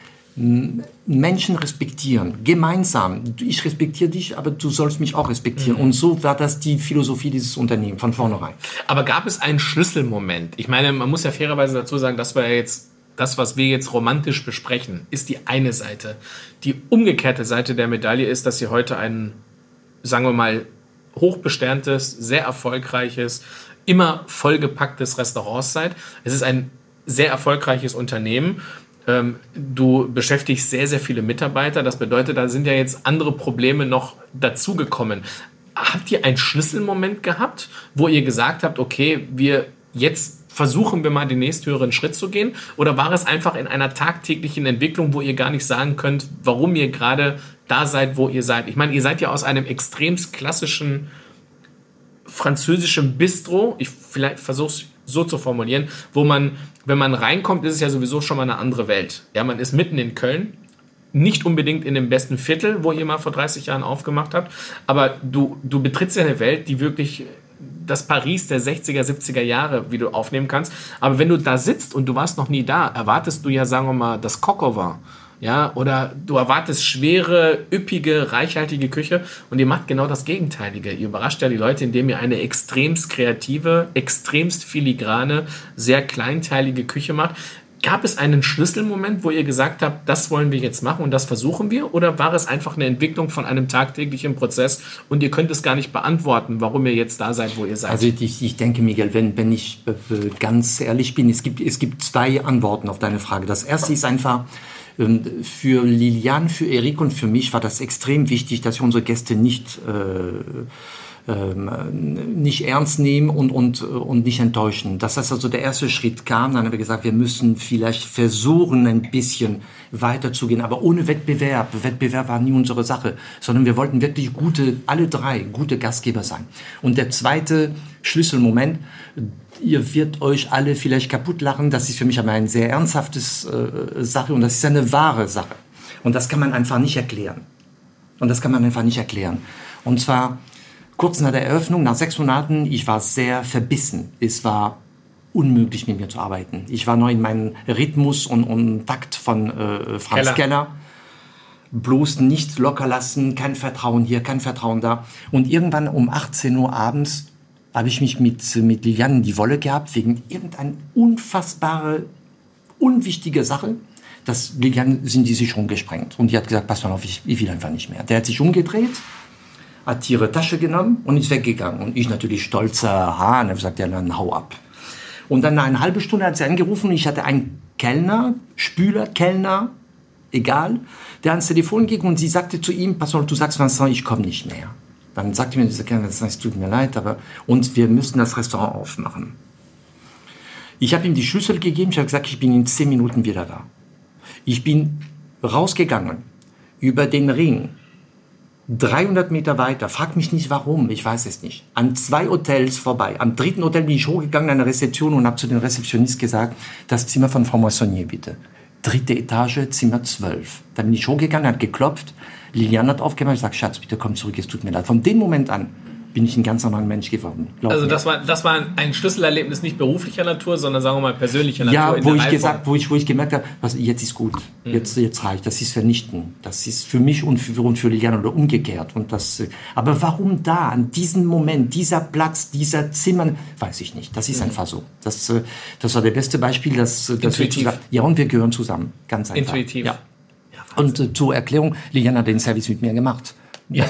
Menschen respektieren, gemeinsam. Ich respektiere dich, aber du sollst mich auch respektieren. Und so war das die Philosophie dieses Unternehmens von vornherein. Aber gab es einen Schlüsselmoment? Ich meine, man muss ja fairerweise dazu sagen, das was wir jetzt romantisch besprechen, ist die eine Seite. Die umgekehrte Seite der Medaille ist, dass ihr heute ein, sagen wir mal, hochbesterntes, sehr erfolgreiches, immer vollgepacktes Restaurant seid. Es ist ein sehr erfolgreiches Unternehmen. Du beschäftigst sehr, sehr viele Mitarbeiter. Das bedeutet, da sind ja jetzt andere Probleme noch dazugekommen. Habt ihr einen Schlüsselmoment gehabt, wo ihr gesagt habt, okay, jetzt versuchen wir mal den nächsthöheren Schritt zu gehen? Oder war es einfach in einer tagtäglichen Entwicklung, wo ihr gar nicht sagen könnt, warum ihr gerade da seid, wo ihr seid? Ich meine, ihr seid ja aus einem extrem klassischen französischen Bistro, ich vielleicht versuche es so zu formulieren, wo man, wenn man reinkommt, ist es ja sowieso schon mal eine andere Welt. Ja, man ist mitten in Köln, nicht unbedingt in dem besten Viertel, wo ihr mal vor 30 Jahren aufgemacht habt, aber du betrittst ja eine Welt, die wirklich das Paris der 60er, 70er Jahre, wie du aufnehmen kannst. Aber wenn du da sitzt und du warst noch nie da, erwartest du ja, sagen wir mal, das Coq au vin. Ja, oder du erwartest schwere, üppige, reichhaltige Küche und ihr macht genau das Gegenteilige. Ihr überrascht ja die Leute, indem ihr eine extremst kreative, extremst filigrane, sehr kleinteilige Küche macht. Gab es einen Schlüsselmoment, wo ihr gesagt habt, das wollen wir jetzt machen und das versuchen wir? Oder war es einfach eine Entwicklung von einem tagtäglichen Prozess und ihr könnt es gar nicht beantworten, warum ihr jetzt da seid, wo ihr seid? Also ich denke, Miguel, wenn ich ganz ehrlich bin, es gibt 2 Antworten auf deine Frage. Das erste ist einfach, Für Liliane, für Eric und für mich war das extrem wichtig, dass wir unsere Gäste nicht ernst nehmen und nicht enttäuschen. Das heißt also, der erste Schritt kam, dann haben wir gesagt, wir müssen vielleicht versuchen, ein bisschen weiterzugehen, aber ohne Wettbewerb. Wettbewerb war nie unsere Sache, sondern wir wollten wirklich alle drei gute Gastgeber sein. Und der zweite Schlüsselmoment, ihr wird euch alle vielleicht kaputt lachen, das ist für mich aber ein sehr ernsthaftes Sache und das ist eine wahre Sache. Und das kann man einfach nicht erklären. Und zwar kurz nach der Eröffnung, nach 6 Monaten, ich war sehr verbissen. Es war unmöglich, mit mir zu arbeiten. Ich war noch in meinem Rhythmus und Takt von Franz Keller. Bloß nicht locker lassen, kein Vertrauen hier, kein Vertrauen da. Und irgendwann um 18 Uhr abends habe ich mich mit Liliane in die Wolle gehabt, wegen irgendeiner unfassbare, unwichtige Sache. Liliane sind die sich rumgesprengt. Und die hat gesagt, pass mal auf, ich will einfach nicht mehr. Der hat sich umgedreht, hat ihre Tasche genommen und ist weggegangen. Und ich natürlich stolzer Hahn, habe gesagt, ja, dann hau ab. Und dann nach einer halben Stunde hat sie angerufen und ich hatte einen Kellner, Spüler, Kellner, egal, der ans Telefon ging und sie sagte zu ihm, pass auf, du sagst, Vincent, ich komme nicht mehr. Dann sagte mir dieser Kellner, es tut mir leid, aber wir müssen das Restaurant aufmachen. Ich habe ihm die Schlüssel gegeben, ich habe gesagt, ich bin in 10 Minuten wieder da. Ich bin rausgegangen, über den Ring, 300 Meter weiter, frag mich nicht warum, ich weiß es nicht, an 2 Hotels vorbei. Am 3. Hotel bin ich hochgegangen an der Rezeption und habe zu den Rezeptionisten gesagt, das Zimmer von Frau Moissonnier bitte. 3. Etage, Zimmer 12. Dann bin ich hochgegangen, hat geklopft, Liliane hat aufgemacht, ich sage, Schatz, bitte komm zurück, es tut mir leid. Von dem Moment an bin ich ein ganz anderer Mensch geworden. Also das war ein Schlüsselerlebnis, nicht beruflicher Natur, sondern sagen wir mal persönlicher Natur. Ja, wo ich gemerkt habe, jetzt ist gut, jetzt reicht, das ist vernichtend. Das ist für mich und für Liliane oder umgekehrt. Aber warum da, an diesem Moment, dieser Platz, dieser Zimmer, weiß ich nicht. Das ist einfach so. Das war das beste Beispiel, dass wir zusammen, ja, und wir gehören zusammen, ganz einfach. Intuitiv. Ja. Und zur Erklärung, Liliane hat den Service mit mir gemacht. Ja.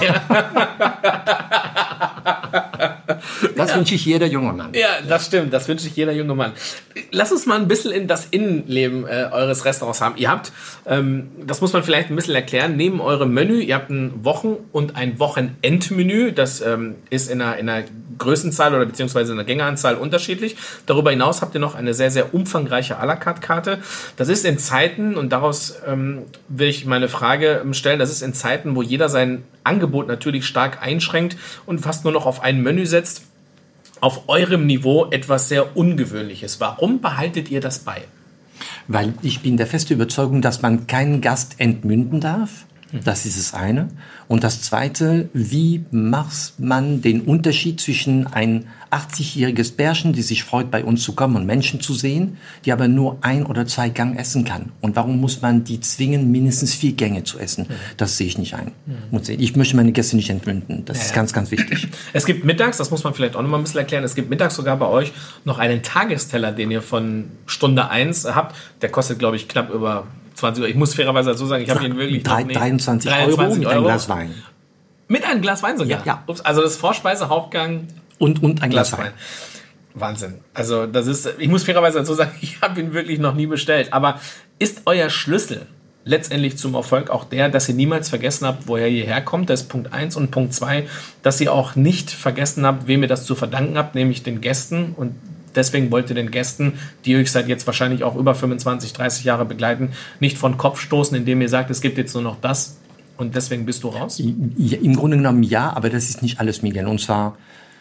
Das wünsche ich jeder junge Mann. Ja, das stimmt. Das wünsche ich jeder junge Mann. Lass uns mal ein bisschen in das Innenleben eures Restaurants haben. Ihr habt, das muss man vielleicht ein bisschen erklären, neben eurem Menü, ihr habt ein Wochen- und ein Wochenendmenü. Das ist in einer Größenzahl oder beziehungsweise in der Gängeanzahl unterschiedlich. Darüber hinaus habt ihr noch eine sehr, sehr umfangreiche à la carte Karte. Das ist in Zeiten, und daraus will ich meine Frage stellen, das ist in Zeiten, wo jeder sein Angebot natürlich stark einschränkt und fast nur noch auf ein Menü setzt, auf eurem Niveau etwas sehr Ungewöhnliches. Warum behaltet ihr das bei? Weil ich bin der festen Überzeugung, dass man keinen Gast entmünden darf. Das ist das eine. Und das zweite, wie macht man den Unterschied zwischen ein 80-jähriges Pärchen, die sich freut, bei uns zu kommen und Menschen zu sehen, die aber nur 1 oder 2 Gang essen kann? Und warum muss man die zwingen, mindestens 4 Gänge zu essen? Das sehe ich nicht ein. Ich möchte meine Gäste nicht entmünden. Das ist ganz, ganz wichtig. Es gibt mittags, das muss man vielleicht auch noch mal ein bisschen erklären, es gibt mittags sogar bei euch noch einen Tagesteller, den ihr von Stunde 1 habt. Der kostet, glaube ich, knapp über 20 Euro. Ich muss fairerweise dazu sagen, ich habe ihn wirklich 23 Euro mit einem Glas Wein. Mit einem Glas Wein sogar? Ja. Ups, also das Vorspeise, Hauptgang und ein Glas Wein. Wahnsinn. Also das ist, ich muss fairerweise dazu sagen, ich habe ihn wirklich noch nie bestellt. Aber ist euer Schlüssel letztendlich zum Erfolg auch der, dass ihr niemals vergessen habt, woher ihr herkommt? Das ist Punkt 1. Und Punkt 2, dass ihr auch nicht vergessen habt, wem ihr das zu verdanken habt, nämlich den Gästen. Und deswegen wollt ihr den Gästen, die euch seit jetzt wahrscheinlich auch über 25, 30 Jahre begleiten, nicht von Kopf stoßen, indem ihr sagt, es gibt jetzt nur noch das und deswegen bist du raus? Im Grunde genommen ja, aber das ist nicht alles, Miguel. Und zwar,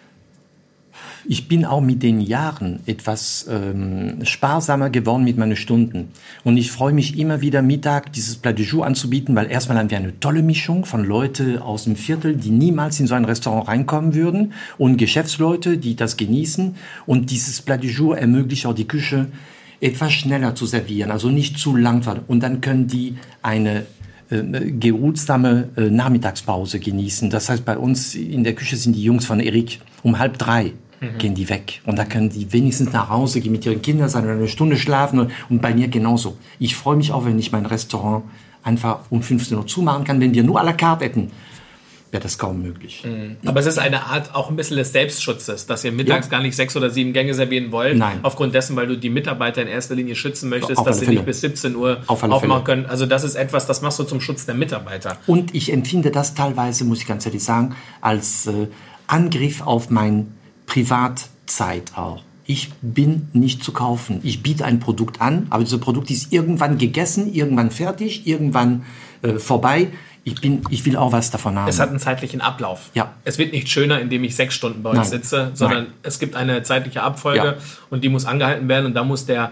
ich bin auch mit den Jahren etwas sparsamer geworden mit meinen Stunden. Und ich freue mich immer wieder, Mittag dieses Plat du Jour anzubieten, weil erstmal haben wir eine tolle Mischung von Leuten aus dem Viertel, die niemals in so ein Restaurant reinkommen würden, und Geschäftsleute, die das genießen. Und dieses Plat du Jour ermöglicht auch die Küche etwas schneller zu servieren, also nicht zu lang. Und dann können die eine geruhsame Nachmittagspause genießen. Das heißt, bei uns in der Küche sind die Jungs von Eric um 2:30 gehen die weg. Und da können die wenigstens nach Hause gehen, mit ihren Kindern sein oder eine Stunde schlafen. Und bei mir genauso. Ich freue mich auch, wenn ich mein Restaurant einfach um 15 Uhr zumachen kann. Wenn wir nur à la carte hätten, wäre das kaum möglich. Aber es ist eine Art auch ein bisschen des Selbstschutzes, dass ihr mittags gar nicht 6 oder 7 Gänge servieren wollt. Nein. Aufgrund dessen, weil du die Mitarbeiter in erster Linie schützen möchtest, Auf dass alle sie Fälle. nicht bis 17 Uhr Auf alle aufmachen Fälle. können. Also das ist etwas, das machst du zum Schutz der Mitarbeiter. Und ich empfinde das teilweise, muss ich ganz ehrlich sagen, als Angriff auf meine Privatzeit auch. Ich bin nicht zu kaufen. Ich biete ein Produkt an, aber dieses Produkt ist irgendwann gegessen, irgendwann fertig, irgendwann vorbei. Ich will auch was davon haben. Es hat einen zeitlichen Ablauf. Ja. Es wird nicht schöner, indem ich 6 Stunden bei euch Nein. sitze, sondern Nein. es gibt eine zeitliche Abfolge Ja. und die muss angehalten werden und da muss der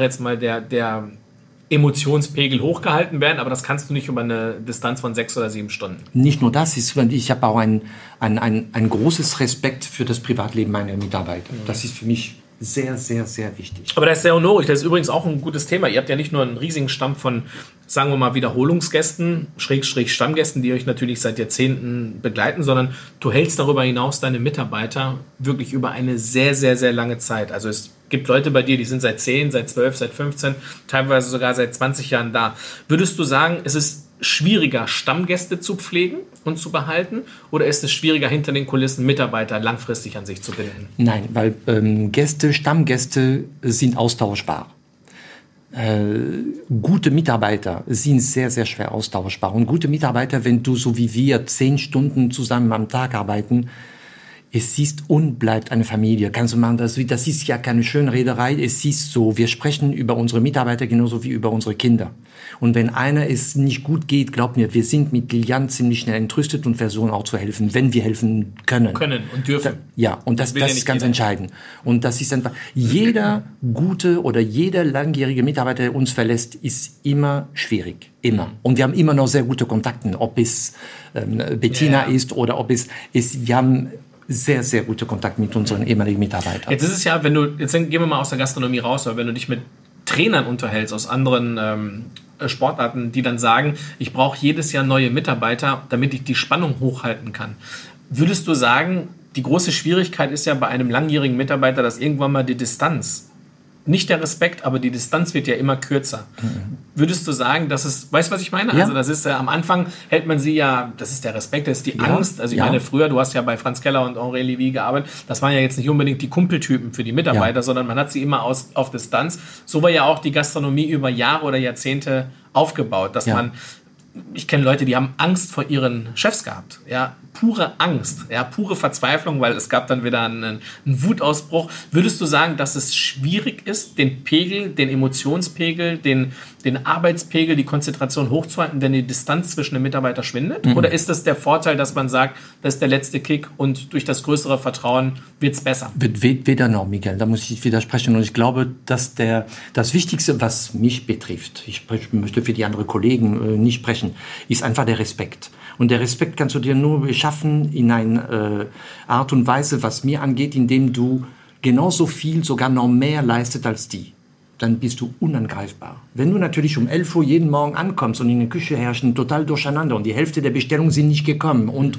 Emotionspegel hochgehalten werden, aber das kannst du nicht über eine Distanz von 6 oder 7 Stunden. Nicht nur das, ich habe auch ein großes Respekt für das Privatleben meiner Mitarbeiter. Das ist für mich sehr, sehr, sehr wichtig. Aber das ist sehr honorig. Das ist übrigens auch ein gutes Thema. Ihr habt ja nicht nur einen riesigen Stamm von, sagen wir mal, Wiederholungsgästen, Schrägstrich Stammgästen, die euch natürlich seit Jahrzehnten begleiten, sondern du hältst darüber hinaus deine Mitarbeiter wirklich über eine sehr, sehr, sehr lange Zeit. Also es gibt Leute bei dir, die sind seit 10, seit 12, seit 15, teilweise sogar seit 20 Jahren da. Würdest du sagen, es ist schwieriger, Stammgäste zu pflegen und zu behalten? Oder ist es schwieriger, hinter den Kulissen Mitarbeiter langfristig an sich zu binden? Nein, weil Stammgäste sind austauschbar. Gute Mitarbeiter sind sehr, sehr schwer austauschbar. Und gute Mitarbeiter, wenn du so wie wir 10 Stunden zusammen am Tag arbeiten, es ist und bleibt eine Familie. Kannst du machen, das ist ja keine Schönrederei. Es ist so, wir sprechen über unsere Mitarbeiter genauso wie über unsere Kinder. Und wenn einer es nicht gut geht, glaub mir, wir sind mit Lilian ziemlich schnell entrüstet und versuchen auch zu helfen, wenn wir helfen können. Können und dürfen. Ja, und das will ja ist nicht ganz jeder. entscheidend. Und das ist einfach, jeder gute oder jeder langjährige Mitarbeiter, der uns verlässt, ist immer schwierig. Immer. Und wir haben immer noch sehr gute Kontakte, ob es Bettina ist oder ob es ist, wir haben sehr, sehr gute Kontakte mit unseren ehemaligen Mitarbeitern. Jetzt ist es ja, jetzt gehen wir mal aus der Gastronomie raus, weil wenn du dich mit Trainern unterhältst aus anderen Sportarten, die dann sagen, ich brauche jedes Jahr neue Mitarbeiter, damit ich die Spannung hochhalten kann. Würdest du sagen, die große Schwierigkeit ist ja bei einem langjährigen Mitarbeiter, dass irgendwann mal die Distanz, nicht der Respekt, aber die Distanz wird ja immer kürzer. Würdest du sagen, dass es, weißt du, was ich meine? Ja. Also das ist am Anfang hält man sie ja, das ist der Respekt, das ist die Angst. Also ich meine, früher, du hast ja bei Franz Keller und Henri Lévy gearbeitet, das waren ja jetzt nicht unbedingt die Kumpeltypen für die Mitarbeiter, sondern man hat sie immer auf Distanz. So war ja auch die Gastronomie über Jahre oder Jahrzehnte aufgebaut, dass man, ich kenne Leute, die haben Angst vor ihren Chefs gehabt. Ja, pure Angst, ja, pure Verzweiflung, weil es gab dann wieder einen Wutausbruch. Würdest du sagen, dass es schwierig ist, den Pegel, den Emotionspegel, den Arbeitspegel, die Konzentration hochzuhalten, wenn die Distanz zwischen den Mitarbeitern schwindet? Oder ist das der Vorteil, dass man sagt, das ist der letzte Kick und durch das größere Vertrauen wird es besser? Weder noch, Miguel, da muss ich widersprechen. Und ich glaube, dass das Wichtigste, was mich betrifft, ich möchte für die anderen Kollegen nicht sprechen, ist einfach der Respekt. Und der Respekt kannst du dir nur schaffen in einer Art und Weise, was mir angeht, indem du genauso viel, sogar noch mehr leistet als die. Dann bist du unangreifbar. Wenn du natürlich um 11 Uhr jeden Morgen ankommst und in der Küche herrscht ein total Durcheinander und die Hälfte der Bestellungen sind nicht gekommen und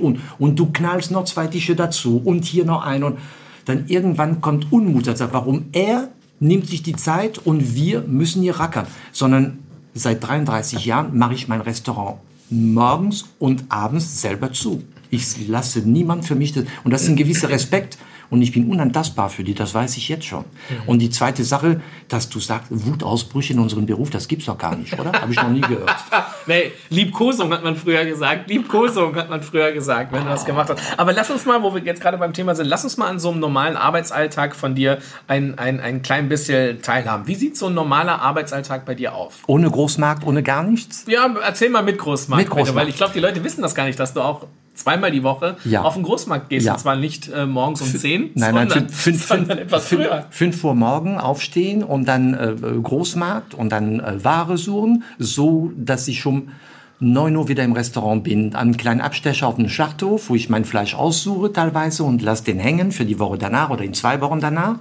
du knallst noch 2 Tische dazu und hier noch einen und dann irgendwann kommt Unmut, also warum er nimmt sich die Zeit und wir müssen hier rackern, sondern seit 33 Jahren mache ich mein Restaurant morgens und abends selber zu. Ich lasse niemand für mich, und das ist ein gewisser Respekt. Und ich bin unantastbar für die, das weiß ich jetzt schon. Und die zweite Sache, dass du sagst, Wutausbrüche in unserem Beruf, das gibt's doch gar nicht, oder? Habe ich noch nie gehört. Nee, Liebkosung hat man früher gesagt. Liebkosung hat man früher gesagt, wenn du das gemacht hast. Aber lass uns mal, wo wir jetzt gerade beim Thema sind, lass uns mal an so einem normalen Arbeitsalltag von dir ein klein bisschen teilhaben. Wie sieht so ein normaler Arbeitsalltag bei dir auf? Ohne Großmarkt, ohne gar nichts? Ja, erzähl mal mit Großmarkt. Mit Großmarkt. Bitte, weil ich glaube, die Leute wissen das gar nicht, dass du auch zweimal die Woche auf den Großmarkt gehst. Ja. Und zwar nicht morgens um 10, Nein, sondern etwas früher. 5 Uhr morgen aufstehen und dann Großmarkt und dann Ware suchen, so dass ich um 9 Uhr wieder im Restaurant bin. Einen kleinen Abstecher auf den Schlachthof, wo ich mein Fleisch aussuche teilweise und lasse den hängen für die Woche danach oder in 2 Wochen danach.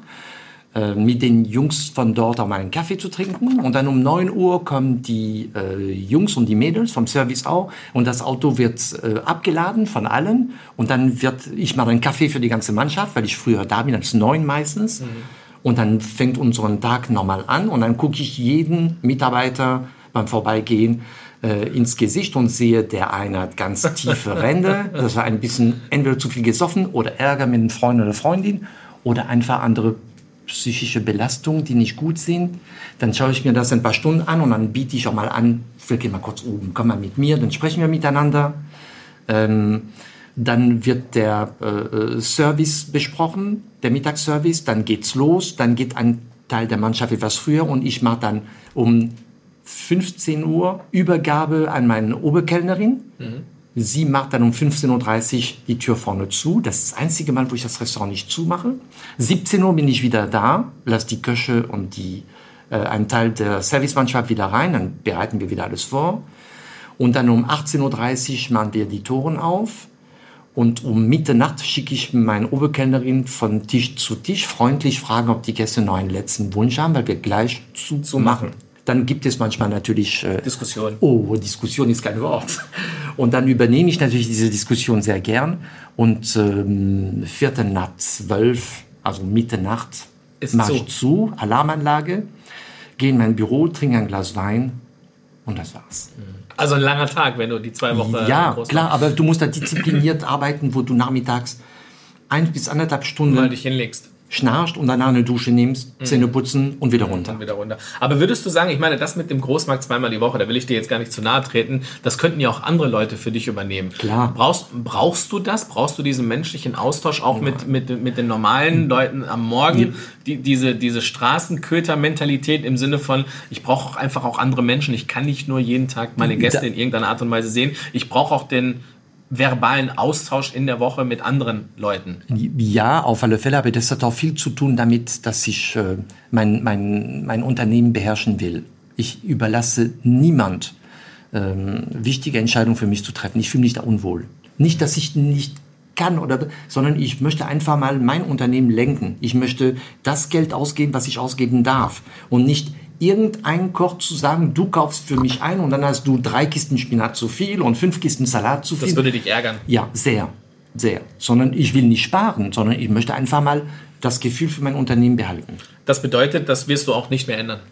Mit den Jungs von dort auch mal einen Kaffee zu trinken. Und dann um 9 Uhr kommen die Jungs und die Mädels vom Service auch. Und das Auto wird abgeladen von allen. Und dann ich mache einen Kaffee für die ganze Mannschaft, weil ich früher da bin, als 9 meistens. Und dann fängt unseren Tag normal an. Und dann gucke ich jeden Mitarbeiter beim Vorbeigehen ins Gesicht und sehe, der eine hat ganz tiefe Ränder, das war ein bisschen entweder zu viel gesoffen oder Ärger mit einem Freund oder Freundin oder einfach andere psychische Belastungen, die nicht gut sind. Dann schaue ich mir das ein paar Stunden an und dann biete ich auch mal an, wir gehen mal kurz oben, komm mal mit mir, dann sprechen wir miteinander. Dann wird der Service besprochen, der Mittagsservice, dann geht's los, dann geht ein Teil der Mannschaft etwas früher und ich mache dann um 15 Uhr Übergabe an meine Oberkellnerin. Sie macht dann um 15.30 Uhr die Tür vorne zu. Das ist das einzige Mal, wo ich das Restaurant nicht zumache. 17 Uhr bin ich wieder da, lasse die Köche und einen Teil der Servicemannschaft wieder rein, dann bereiten wir wieder alles vor. Und dann um 18.30 Uhr machen wir die Toren auf. Und um Mitternacht schicke ich meine Oberkellnerin von Tisch zu Tisch, freundlich fragen, ob die Gäste noch einen letzten Wunsch haben, weil wir gleich zu machen. Dann gibt es manchmal natürlich Diskussion. Oh, Diskussion ist kein Wort. Und dann übernehme ich natürlich diese Diskussion sehr gern. Und 11:45, also Mitternacht, mache ich zu, Alarmanlage, gehe in mein Büro, trinke ein Glas Wein und das war's. Also ein langer Tag, wenn du die 2 Wochen... Ja, klar, aber du musst da diszipliniert arbeiten, wo du nachmittags 1 bis 1,5 Stunden Mal dich hinlegst. schnarchst und danach eine Dusche nimmst, Zähne putzen und wieder runter. Und wieder runter. Aber würdest du sagen, ich meine, das mit dem Großmarkt 2-mal die Woche, da will ich dir jetzt gar nicht zu nahe treten, das könnten ja auch andere Leute für dich übernehmen. Klar. Brauchst du das? Brauchst du diesen menschlichen Austausch auch mit den normalen Leuten am Morgen? Diese Straßenköter-Mentalität im Sinne von, ich brauche auch einfach auch andere Menschen. Ich kann nicht nur jeden Tag meine Gäste in irgendeiner Art und Weise sehen. Ich brauche auch den verbalen Austausch in der Woche mit anderen Leuten. Ja, auf alle Fälle, aber das hat auch viel zu tun damit, dass ich mein Unternehmen beherrschen will. Ich überlasse niemand wichtige Entscheidungen für mich zu treffen. Ich fühle mich da unwohl. Nicht, dass ich nicht kann, sondern ich möchte einfach mal mein Unternehmen lenken. Ich möchte das Geld ausgeben, was ich ausgeben darf. Und nicht irgendein Koch zu sagen, du kaufst für mich ein und dann hast du 3 Kisten Spinat zu viel und 5 Kisten Salat zu viel. Das würde dich ärgern. Ja, sehr, sehr. Sondern ich will nicht sparen, sondern ich möchte einfach mal das Gefühl für mein Unternehmen behalten. Das bedeutet, das wirst du auch nicht mehr ändern.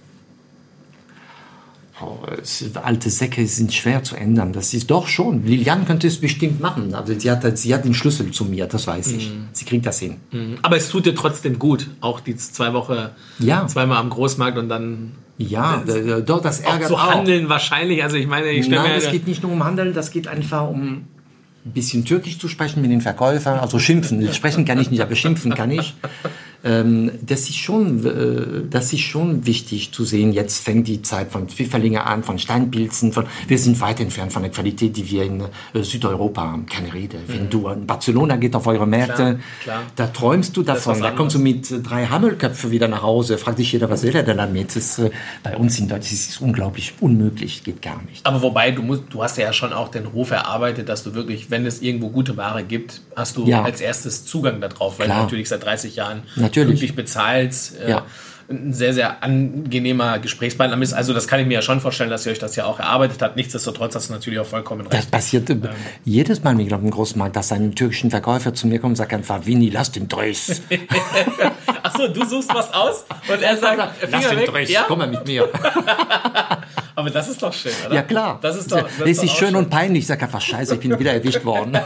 Alte Säcke sind schwer zu ändern. Das ist doch schon. Liliane könnte es bestimmt machen. Also sie hat den Schlüssel zu mir, das weiß ich. Sie kriegt das hin. Aber es tut dir trotzdem gut, auch die 2 Wochen, zweimal am Großmarkt und dann... Ja, doch, das ärgert auch. Zu handeln wahrscheinlich. Also ich meine, Nein, es geht nicht nur um Handeln, das geht einfach um ein bisschen Türkisch zu sprechen mit den Verkäufern. Also schimpfen. Sprechen kann ich nicht, aber schimpfen kann ich. Das ist schon wichtig zu sehen. Jetzt fängt die Zeit von Pfifferlinge an, von Steinpilzen. Wir sind weit entfernt von der Qualität, die wir in Südeuropa haben. Keine Rede. Wenn du in Barcelona geht auf eure Märkte, da träumst du davon. Da kommst du mit 3 Hammelköpfe wieder nach Hause. Fragt dich jeder, was will er denn damit? Bei uns in Deutschland ist es unglaublich unmöglich. Geht gar nicht. Aber wobei, du hast ja schon auch den Ruf erarbeitet, dass du wirklich, wenn es irgendwo gute Ware gibt, hast du als erstes Zugang darauf, weil du natürlich seit 30 Jahren wirklich bezahlst. Ein sehr, sehr angenehmer Gesprächspartner ist. Also das kann ich mir ja schon vorstellen, dass ihr euch das ja auch erarbeitet habt. Nichtsdestotrotz hast du natürlich auch vollkommen recht. Das passiert jedes Mal mit dem Großmarkt, dass ein türkischen Verkäufer zu mir kommt und sagt einfach, Vini, lass den Dress. Achso, du suchst was aus und er sagt, lass den Dress, komm mal mit mir. Aber das ist doch schön, oder? Ja, klar. Das ist doch schön und peinlich. Ich sag einfach, scheiße, ich bin wieder erwischt worden.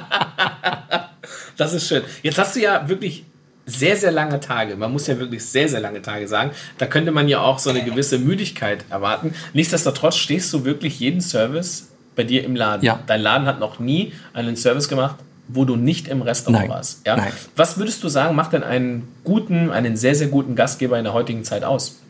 Das ist schön. Jetzt hast du ja wirklich sehr, sehr lange Tage. Man muss ja wirklich sehr, sehr lange Tage sagen. Da könnte man ja auch so eine gewisse Müdigkeit erwarten. Nichtsdestotrotz stehst du wirklich jeden Service bei dir im Laden. Ja. Dein Laden hat noch nie einen Service gemacht, wo du nicht im Restaurant warst. Ja? Nein. Was würdest du sagen, macht denn einen sehr, sehr guten Gastgeber in der heutigen Zeit aus?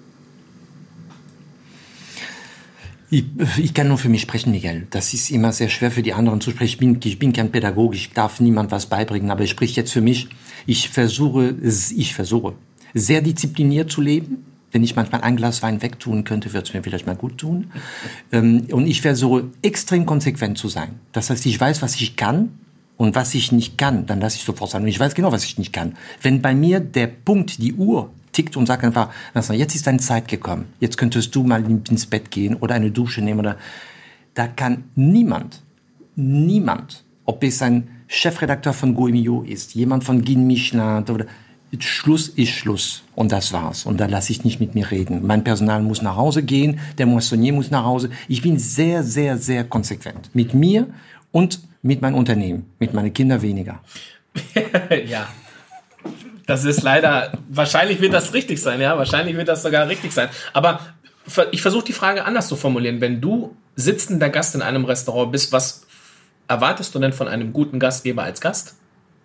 Ich kann nur für mich sprechen, Miguel. Das ist immer sehr schwer für die anderen zu sprechen. Ich bin kein Pädagoge, ich darf niemand was beibringen, aber ich spreche jetzt für mich. Ich versuche sehr diszipliniert zu leben. Wenn ich manchmal ein Glas Wein wegtun könnte, würde es mir vielleicht mal gut tun. Und ich versuche extrem konsequent zu sein. Das heißt, ich weiß, was ich kann und was ich nicht kann, dann lasse ich sofort sein. Und ich weiß genau, was ich nicht kann. Wenn bei mir der Punkt, die Uhr tickt und sagt einfach, jetzt ist deine Zeit gekommen, jetzt könntest du mal ins Bett gehen oder eine Dusche nehmen. Da kann niemand, ob es ein Chefredakteur von Goemio ist, jemand von Guide Michelin, oder Schluss ist Schluss. Und das war's. Und da lasse ich nicht mit mir reden. Mein Personal muss nach Hause gehen, der Moissonnier muss nach Hause. Ich bin sehr, sehr, sehr konsequent. Mit mir und mit meinem Unternehmen. Mit meinen Kindern weniger. Ja. Das ist leider, wahrscheinlich wird das richtig sein, ja, wahrscheinlich wird das sogar richtig sein. Aber ich versuche die Frage anders zu formulieren. Wenn du sitzender Gast in einem Restaurant bist, was erwartest du denn von einem guten Gastgeber als Gast?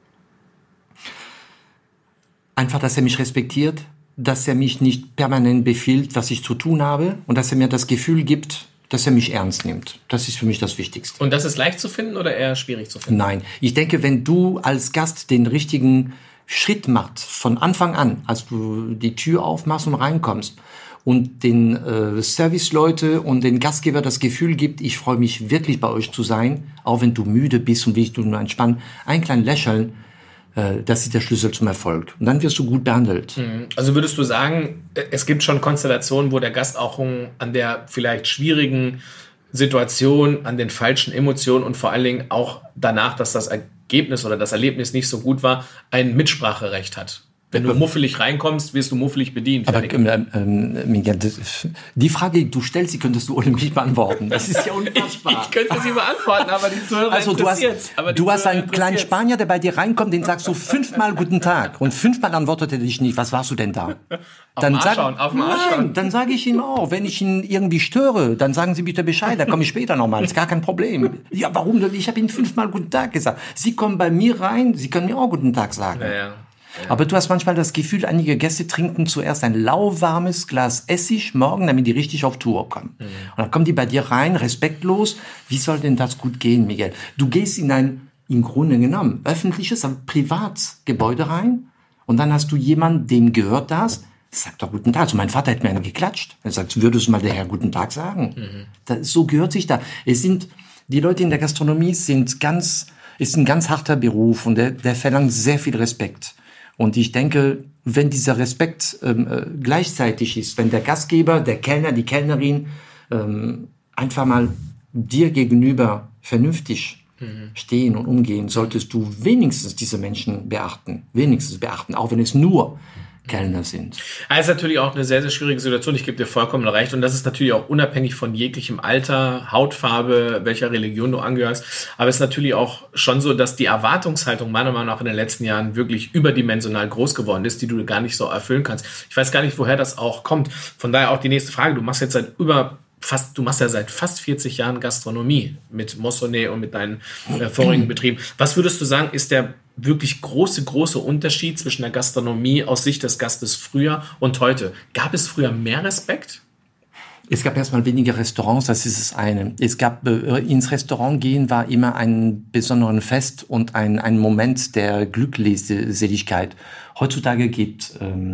Einfach, dass er mich respektiert, dass er mich nicht permanent befiehlt, was ich zu tun habe und dass er mir das Gefühl gibt, dass er mich ernst nimmt. Das ist für mich das Wichtigste. Und das ist leicht zu finden oder eher schwierig zu finden? Nein, ich denke, wenn du als Gast den richtigen Schritt machst, von Anfang an, als du die Tür aufmachst und reinkommst und den Serviceleute und den Gastgeber das Gefühl gibt, ich freue mich wirklich bei euch zu sein, auch wenn du müde bist und willst du nur entspannen, ein kleines Lächeln, das ist der Schlüssel zum Erfolg. Und dann wirst du gut behandelt. Also würdest du sagen, es gibt schon Konstellationen, wo der Gast auch an der vielleicht schwierigen Situation, an den falschen Emotionen und vor allen Dingen auch danach, dass das Ergebnis oder das Erlebnis nicht so gut war, ein Mitspracherecht hat? Wenn du muffelig reinkommst, wirst du muffelig bedient. Aber Miguel, die Frage, die du stellst, die könntest du ohne mich beantworten. Das ist ja unfassbar. Ich könnte sie beantworten, aber die Zuhörer also du hast einen kleinen Spanier, der bei dir reinkommt, den sagst du 5-mal Guten Tag und 5-mal antwortet er dich nicht. Was warst du denn da? Dann sage ich ihm auch, wenn ich ihn irgendwie störe, dann sagen Sie bitte Bescheid, da komme ich später nochmal, ist gar kein Problem. Ja, warum denn? Ich habe Ihnen 5-mal Guten Tag gesagt. Sie kommen bei mir rein, Sie können mir auch Guten Tag sagen. Ja. Aber du hast manchmal das Gefühl, einige Gäste trinken zuerst ein lauwarmes Glas Essig morgen, damit die richtig auf Tour kommen. Und dann kommen die bei dir rein, respektlos. Wie soll denn das gut gehen, Miguel? Du gehst in ein, im Grunde genommen, öffentliches, aber Privatgebäude rein und dann hast du jemanden, dem gehört das, sagt doch Guten Tag. Also mein Vater hat mir einen geklatscht. Er sagt, würdest du mal der Herr Guten Tag sagen? So gehört sich da. Die Leute in der Gastronomie ist ein ganz harter Beruf und der verlangt sehr viel Respekt. Und ich denke, wenn dieser Respekt gleichzeitig ist, wenn der Gastgeber, der Kellner, die Kellnerin einfach mal dir gegenüber vernünftig stehen und umgehen, solltest du wenigstens diese Menschen beachten. Auch wenn es nur Kellner sind. Das ist natürlich auch eine sehr, sehr schwierige Situation. Ich gebe dir vollkommen recht. Und das ist natürlich auch unabhängig von jeglichem Alter, Hautfarbe, welcher Religion du angehörst. Aber es ist natürlich auch schon so, dass die Erwartungshaltung meiner Meinung nach in den letzten Jahren wirklich überdimensional groß geworden ist, die du gar nicht so erfüllen kannst. Ich weiß gar nicht, woher das auch kommt. Von daher auch die nächste Frage. Du machst ja seit fast 40 Jahren Gastronomie mit Moissonnier und mit deinen vorigen Betrieben. Was würdest du sagen, ist der wirklich große Unterschied zwischen der Gastronomie aus Sicht des Gastes früher und heute? Gab es früher mehr Respekt? Es gab erstmal weniger Restaurants, das ist das eine. Es gab, ins Restaurant gehen war immer ein besonderes Fest und ein Moment der Glückseligkeit. Heutzutage geht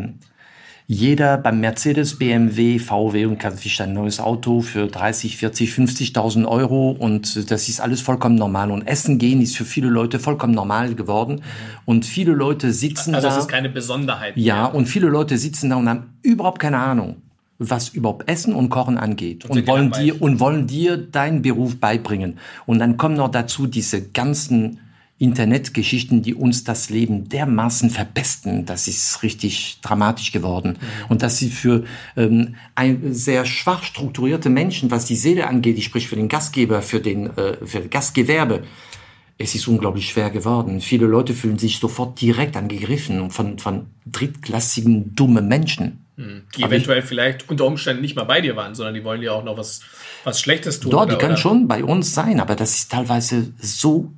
jeder beim Mercedes, BMW, VW und kauft sich ein neues Auto für 30, 40, 50.000 Euro und das ist alles vollkommen normal. Und Essen gehen ist für viele Leute vollkommen normal geworden und viele Leute sitzen da. Also das ist keine Besonderheit. Ja, und viele Leute sitzen da und haben überhaupt keine Ahnung, was überhaupt Essen und Kochen angeht und wollen dir deinen Beruf beibringen. Und dann kommen noch dazu diese ganzen Internetgeschichten, die uns das Leben dermaßen verpesten. Das ist richtig dramatisch geworden. Und dass sie für sehr schwach strukturierte Menschen, was die Seele angeht, ich spreche für den Gastgeber, für das Gastgewerbe, es ist unglaublich schwer geworden. Viele Leute fühlen sich sofort direkt angegriffen von drittklassigen, dummen Menschen. Die eventuell vielleicht unter Umständen nicht mal bei dir waren, sondern die wollen ja auch noch was Schlechtes tun. Doch, die können schon bei uns sein, aber das ist teilweise so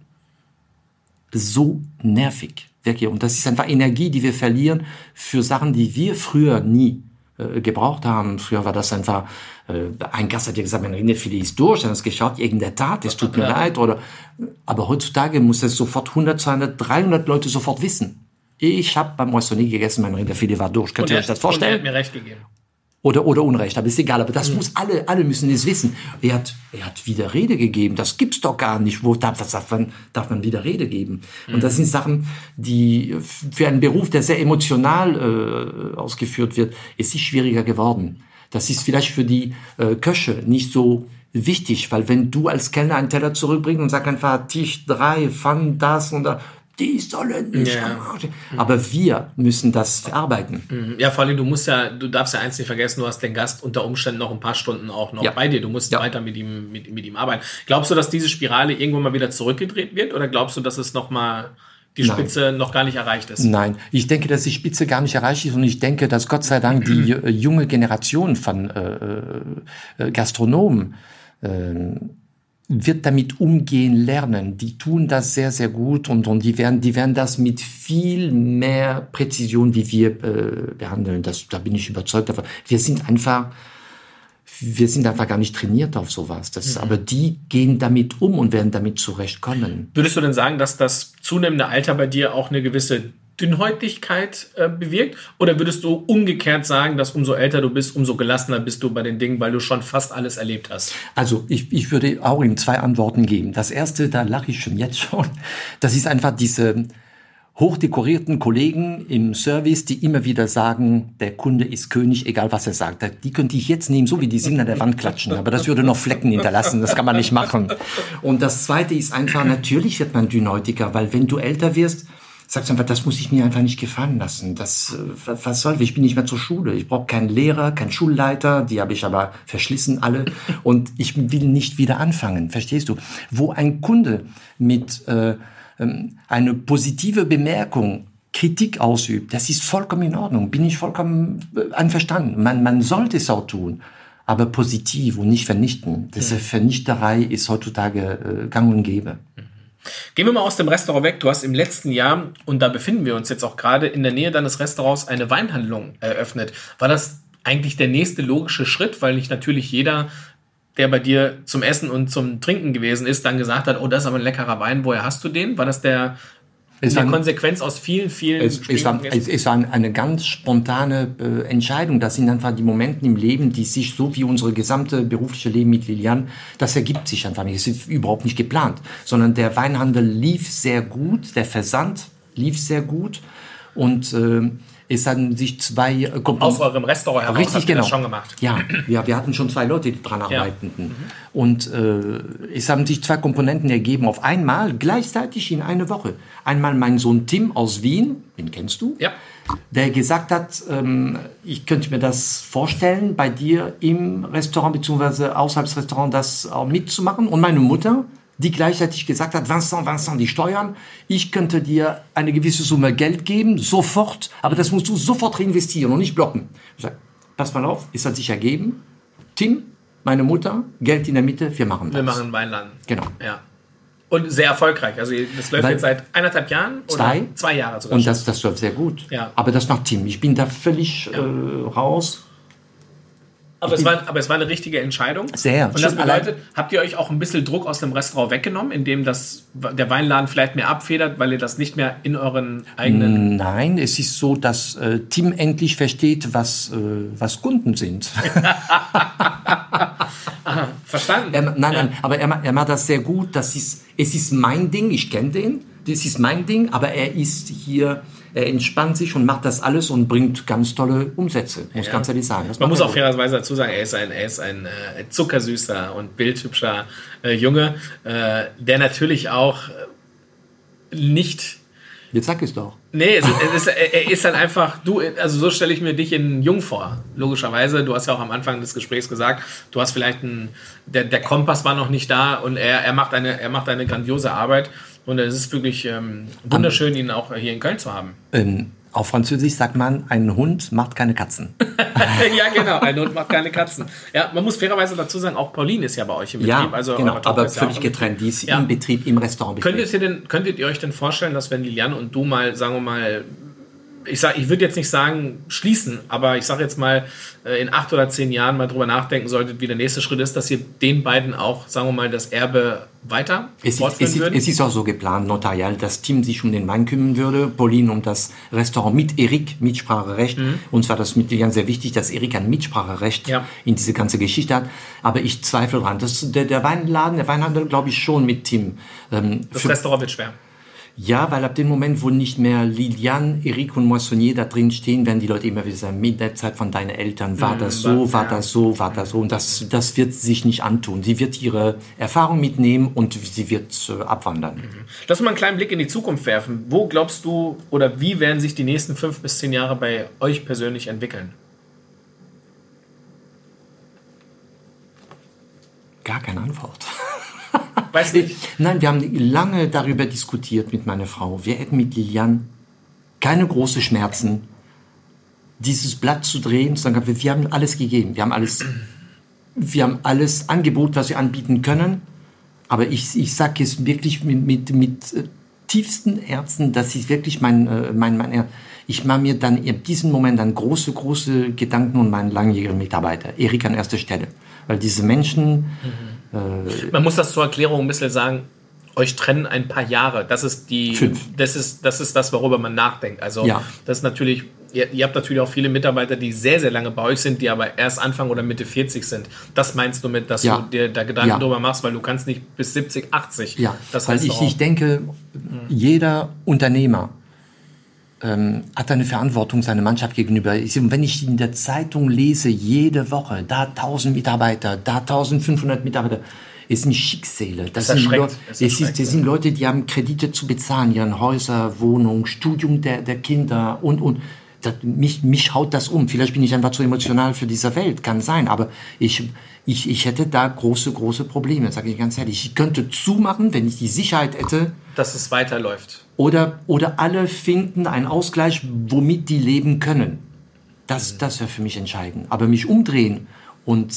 nervig, wirklich. Und das ist einfach Energie, die wir verlieren für Sachen, die wir früher nie gebraucht haben. Früher war das einfach, ein Gast hat ja gesagt, mein Rinderfilet ist durch, dann hast du geschaut, irgendeine Tat, es tut mir leid. Aber heutzutage muss das sofort 100, 200, 300 Leute sofort wissen. Ich habe beim Moissonnier gegessen, mein Rinderfilet war durch. Könnt ihr euch das vorstellen? Und er hat mir recht gegeben. Oder Unrecht, aber ist egal. Aber das muss alle müssen es wissen. Er hat Widerrede gegeben. Das gibt's doch gar nicht. Darf man Widerrede geben? Und das sind Sachen, die für einen Beruf, der sehr emotional ausgeführt wird, ist es schwieriger geworden. Das ist vielleicht für die Köche nicht so wichtig, weil wenn du als Kellner einen Teller zurückbringst und sagst einfach Tisch 3, fang das und da, die sollen nicht. Ja. Aber wir müssen das verarbeiten. Ja, vor allem, du darfst ja eins nicht vergessen, du hast den Gast unter Umständen noch ein paar Stunden auch noch Ja. bei dir. Du musst Ja. weiter mit ihm arbeiten. Glaubst du, dass diese Spirale irgendwann mal wieder zurückgedreht wird? Oder glaubst du, dass es nochmal die Spitze noch gar nicht erreicht ist? Nein, ich denke, dass die Spitze gar nicht erreicht ist und ich denke, dass Gott sei Dank die junge Generation von Gastronomen wird damit umgehen lernen. Die tun das sehr, sehr gut und die werden das mit viel mehr Präzision, wie wir behandeln. Da bin ich überzeugt davon. Wir sind einfach gar nicht trainiert auf sowas. Aber die gehen damit um und werden damit zurechtkommen. Würdest du denn sagen, dass das zunehmende Alter bei dir auch eine gewisse Dünnhäutigkeit bewirkt? Oder würdest du umgekehrt sagen, dass umso älter du bist, umso gelassener bist du bei den Dingen, weil du schon fast alles erlebt hast? Also ich würde auch ihm 2 Antworten geben. Das erste, da lache ich schon jetzt schon, das ist einfach diese hochdekorierten Kollegen im Service, die immer wieder sagen, der Kunde ist König, egal was er sagt. Die könnte ich jetzt nehmen, so wie die Singen an der Wand klatschen, aber das würde noch Flecken hinterlassen, das kann man nicht machen. Und das zweite ist einfach, natürlich wird man dünnhäutiger, weil wenn du älter wirst, sagst du einfach, das muss ich mir einfach nicht gefallen lassen. Was soll ich bin nicht mehr zur Schule. Ich brauche keinen Lehrer, keinen Schulleiter, die habe ich aber verschlissen alle. Und ich will nicht wieder anfangen, verstehst du? Wo ein Kunde mit eine positive Bemerkung, Kritik ausübt, das ist vollkommen in Ordnung, bin ich vollkommen einverstanden. Man sollte es auch tun, aber positiv und nicht vernichten. Diese Vernichterei ist heutzutage gang und gäbe. Gehen wir mal aus dem Restaurant weg. Du hast im letzten Jahr, und da befinden wir uns jetzt auch gerade, in der Nähe deines Restaurants eine Weinhandlung eröffnet. War das eigentlich der nächste logische Schritt, weil nicht natürlich jeder, der bei dir zum Essen und zum Trinken gewesen ist, dann gesagt hat, oh, das ist aber ein leckerer Wein, woher hast du den? War das eine Konsequenz aus vielen Es war eine ganz spontane Entscheidung. Das sind einfach die Momente im Leben, die sich so wie unsere gesamte berufliche Leben mit Lilian, das ergibt sich einfach nicht. Es ist überhaupt nicht geplant, sondern der Weinhandel lief sehr gut, der Versand lief sehr gut und es hatten sich 2 aus eurem Restaurant heraus richtig, habt ihr genau. das schon gemacht. Ja, wir hatten schon 2 Leute, die dran arbeiteten. Und es haben sich 2 Komponenten ergeben auf einmal, gleichzeitig in einer Woche. Einmal mein Sohn Tim aus Wien, den kennst du? Ja. Der gesagt hat, ich könnte mir das vorstellen, bei dir im Restaurant bzw. außerhalb des Restaurants das auch mitzumachen. Und meine Mutter, die gleichzeitig gesagt hat, Vincent, die Steuern, ich könnte dir eine gewisse Summe Geld geben, sofort, aber das musst du sofort reinvestieren und nicht blocken. Ich sage, pass mal auf, es hat sich ergeben, Tim, meine Mutter, Geld in der Mitte, wir machen das. Wir machen einen Weinladen. Genau. Ja. Und sehr erfolgreich. Also das läuft jetzt seit 1,5 Jahren? Oder 2 Jahre sogar. Und schon. das läuft sehr gut. Ja. Aber das macht Tim. Ich bin da völlig raus. Aber es war eine richtige Entscheidung. Sehr. Und das bedeutet, habt ihr euch auch ein bisschen Druck aus dem Restaurant weggenommen, indem der Weinladen vielleicht mehr abfedert, weil ihr das nicht mehr in euren eigenen... Nein, es ist so, dass Tim endlich versteht, was Kunden sind. Aha, verstanden. Nein, aber er macht das sehr gut. Es ist mein Ding, ich kenne den. Das ist mein Ding, aber er ist hier, er entspannt sich und macht das alles und bringt ganz tolle Umsätze, muss ganz ehrlich sagen. Man muss auch fairerweise dazu sagen, er ist ein zuckersüßer und bildhübscher Junge, der natürlich auch nicht... Jetzt sag es doch. Nee, er ist halt einfach, also so stelle ich mir dich in jung vor, logischerweise. Du hast ja auch am Anfang des Gesprächs gesagt, du hast vielleicht der Kompass war noch nicht da und er macht eine grandiose Arbeit und es ist wirklich wunderschön, ihn auch hier in Köln zu haben. Auf Französisch sagt man, ein Hund macht keine Katzen. Ja, genau, ein Hund macht keine Katzen. Ja, man muss fairerweise dazu sagen, auch Pauline ist ja bei euch im Betrieb. Ja, also genau, aber völlig ja getrennt. Die ist im Betrieb, im Restaurant. Könntet ihr euch denn vorstellen, dass wenn Lilian und du mal, sagen wir mal, ich würde jetzt nicht sagen schließen, aber ich sage jetzt mal, in 8 oder 10 Jahren mal drüber nachdenken solltet, wie der nächste Schritt ist, dass ihr den beiden auch, sagen wir mal, das Erbe weiter fortführen würdet? Es ist auch so geplant, notarial, dass Tim sich um den Wein kümmern würde, Pauline um das Restaurant mit Erik, Mitspracherecht. Uns war das mit Lilian sehr wichtig, dass Erik ein Mitspracherecht in diese ganze Geschichte hat. Aber ich zweifle dran. Der Weinhandel, glaube ich schon mit Tim. Das Restaurant wird schwer. Ja, weil ab dem Moment, wo nicht mehr Liliane, Eric und Moissonnier da drin stehen, werden die Leute immer wieder sagen, mit der Zeit von deinen Eltern, war das so, war das so, war das so. Und das wird sie sich nicht antun. Sie wird ihre Erfahrung mitnehmen und sie wird abwandern. Lass uns mal einen kleinen Blick in die Zukunft werfen. Wo glaubst du oder wie werden sich die nächsten 5 bis 10 Jahre bei euch persönlich entwickeln? Gar keine Antwort. Weiß nicht. Nein, wir haben lange darüber diskutiert mit meiner Frau. Wir hätten mit Liliane keine großen Schmerzen, dieses Blatt zu drehen. Wir haben alles gegeben. Wir haben alles Angebot, was wir anbieten können. Aber ich sage es wirklich mit tiefsten Herzen, dass ich wirklich ich mache mir dann in diesem Moment dann große Gedanken um meinen langjährigen Mitarbeiter, Erik an erster Stelle. Weil diese Menschen... Man muss das zur Erklärung ein bisschen sagen, euch trennen ein paar Jahre. Das ist 5. Das ist das, worüber man nachdenkt. Also das ist natürlich, ihr habt natürlich auch viele Mitarbeiter, die sehr, sehr lange bei euch sind, die aber erst Anfang oder Mitte 40 sind. Das meinst du mit, dass du dir da Gedanken drüber machst, weil du kannst nicht bis 70, 80. Ja, das weil heißt ich denke, jeder Unternehmer hat eine Verantwortung seiner Mannschaft gegenüber. Wenn ich in der Zeitung lese, jede Woche, da 1000 Mitarbeiter, da 1500 Mitarbeiter, es sind Schicksale. Das sind Leute, die haben Kredite zu bezahlen, ihren Häuser, Wohnung, Studium der Kinder und. Mich haut das um. Vielleicht bin ich einfach zu emotional für diese Welt, kann sein, aber ich hätte da große Probleme, sage ich ganz ehrlich. Ich könnte zumachen, wenn ich die Sicherheit hätte, dass es weiterläuft. Oder alle finden einen Ausgleich, womit die leben können. Das wäre für mich entscheidend. Aber mich umdrehen und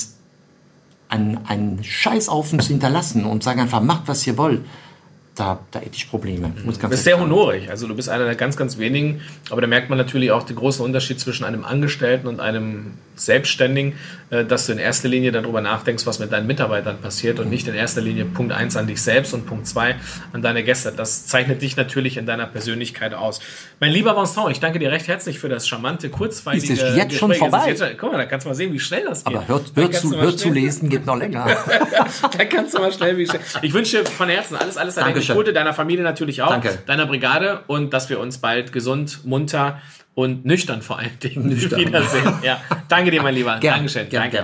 einen Scheißhaufen zu hinterlassen und sagen einfach, macht, was ihr wollt, da hätte ich Probleme. Du bist sehr honorig. Also du bist einer der ganz, ganz wenigen. Aber da merkt man natürlich auch den großen Unterschied zwischen einem Angestellten und einem Selbstständigen, dass du in erster Linie darüber nachdenkst, was mit deinen Mitarbeitern passiert und nicht in erster Linie Punkt 1 an dich selbst und Punkt 2 an deine Gäste. Das zeichnet dich natürlich in deiner Persönlichkeit aus. Mein lieber Vincent, ich danke dir recht herzlich für das charmante, kurzweilige Ist es jetzt schon vorbei? Guck mal, da kannst du mal sehen, wie schnell das geht. Aber hört zu lesen geht noch länger. Da kannst du mal schnell, wie schnell. Ich wünsche von Herzen alles Gute, deiner Familie natürlich auch, deiner Brigade und dass wir uns bald gesund, munter und nüchtern vor allen Dingen wiedersehen. Ja. Danke dir, mein Lieber. Dankeschön. Danke.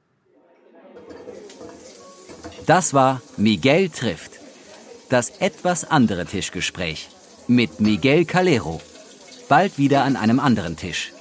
Das war Miguel trifft. Das etwas andere Tischgespräch mit Miguel Calero. Bald wieder an einem anderen Tisch.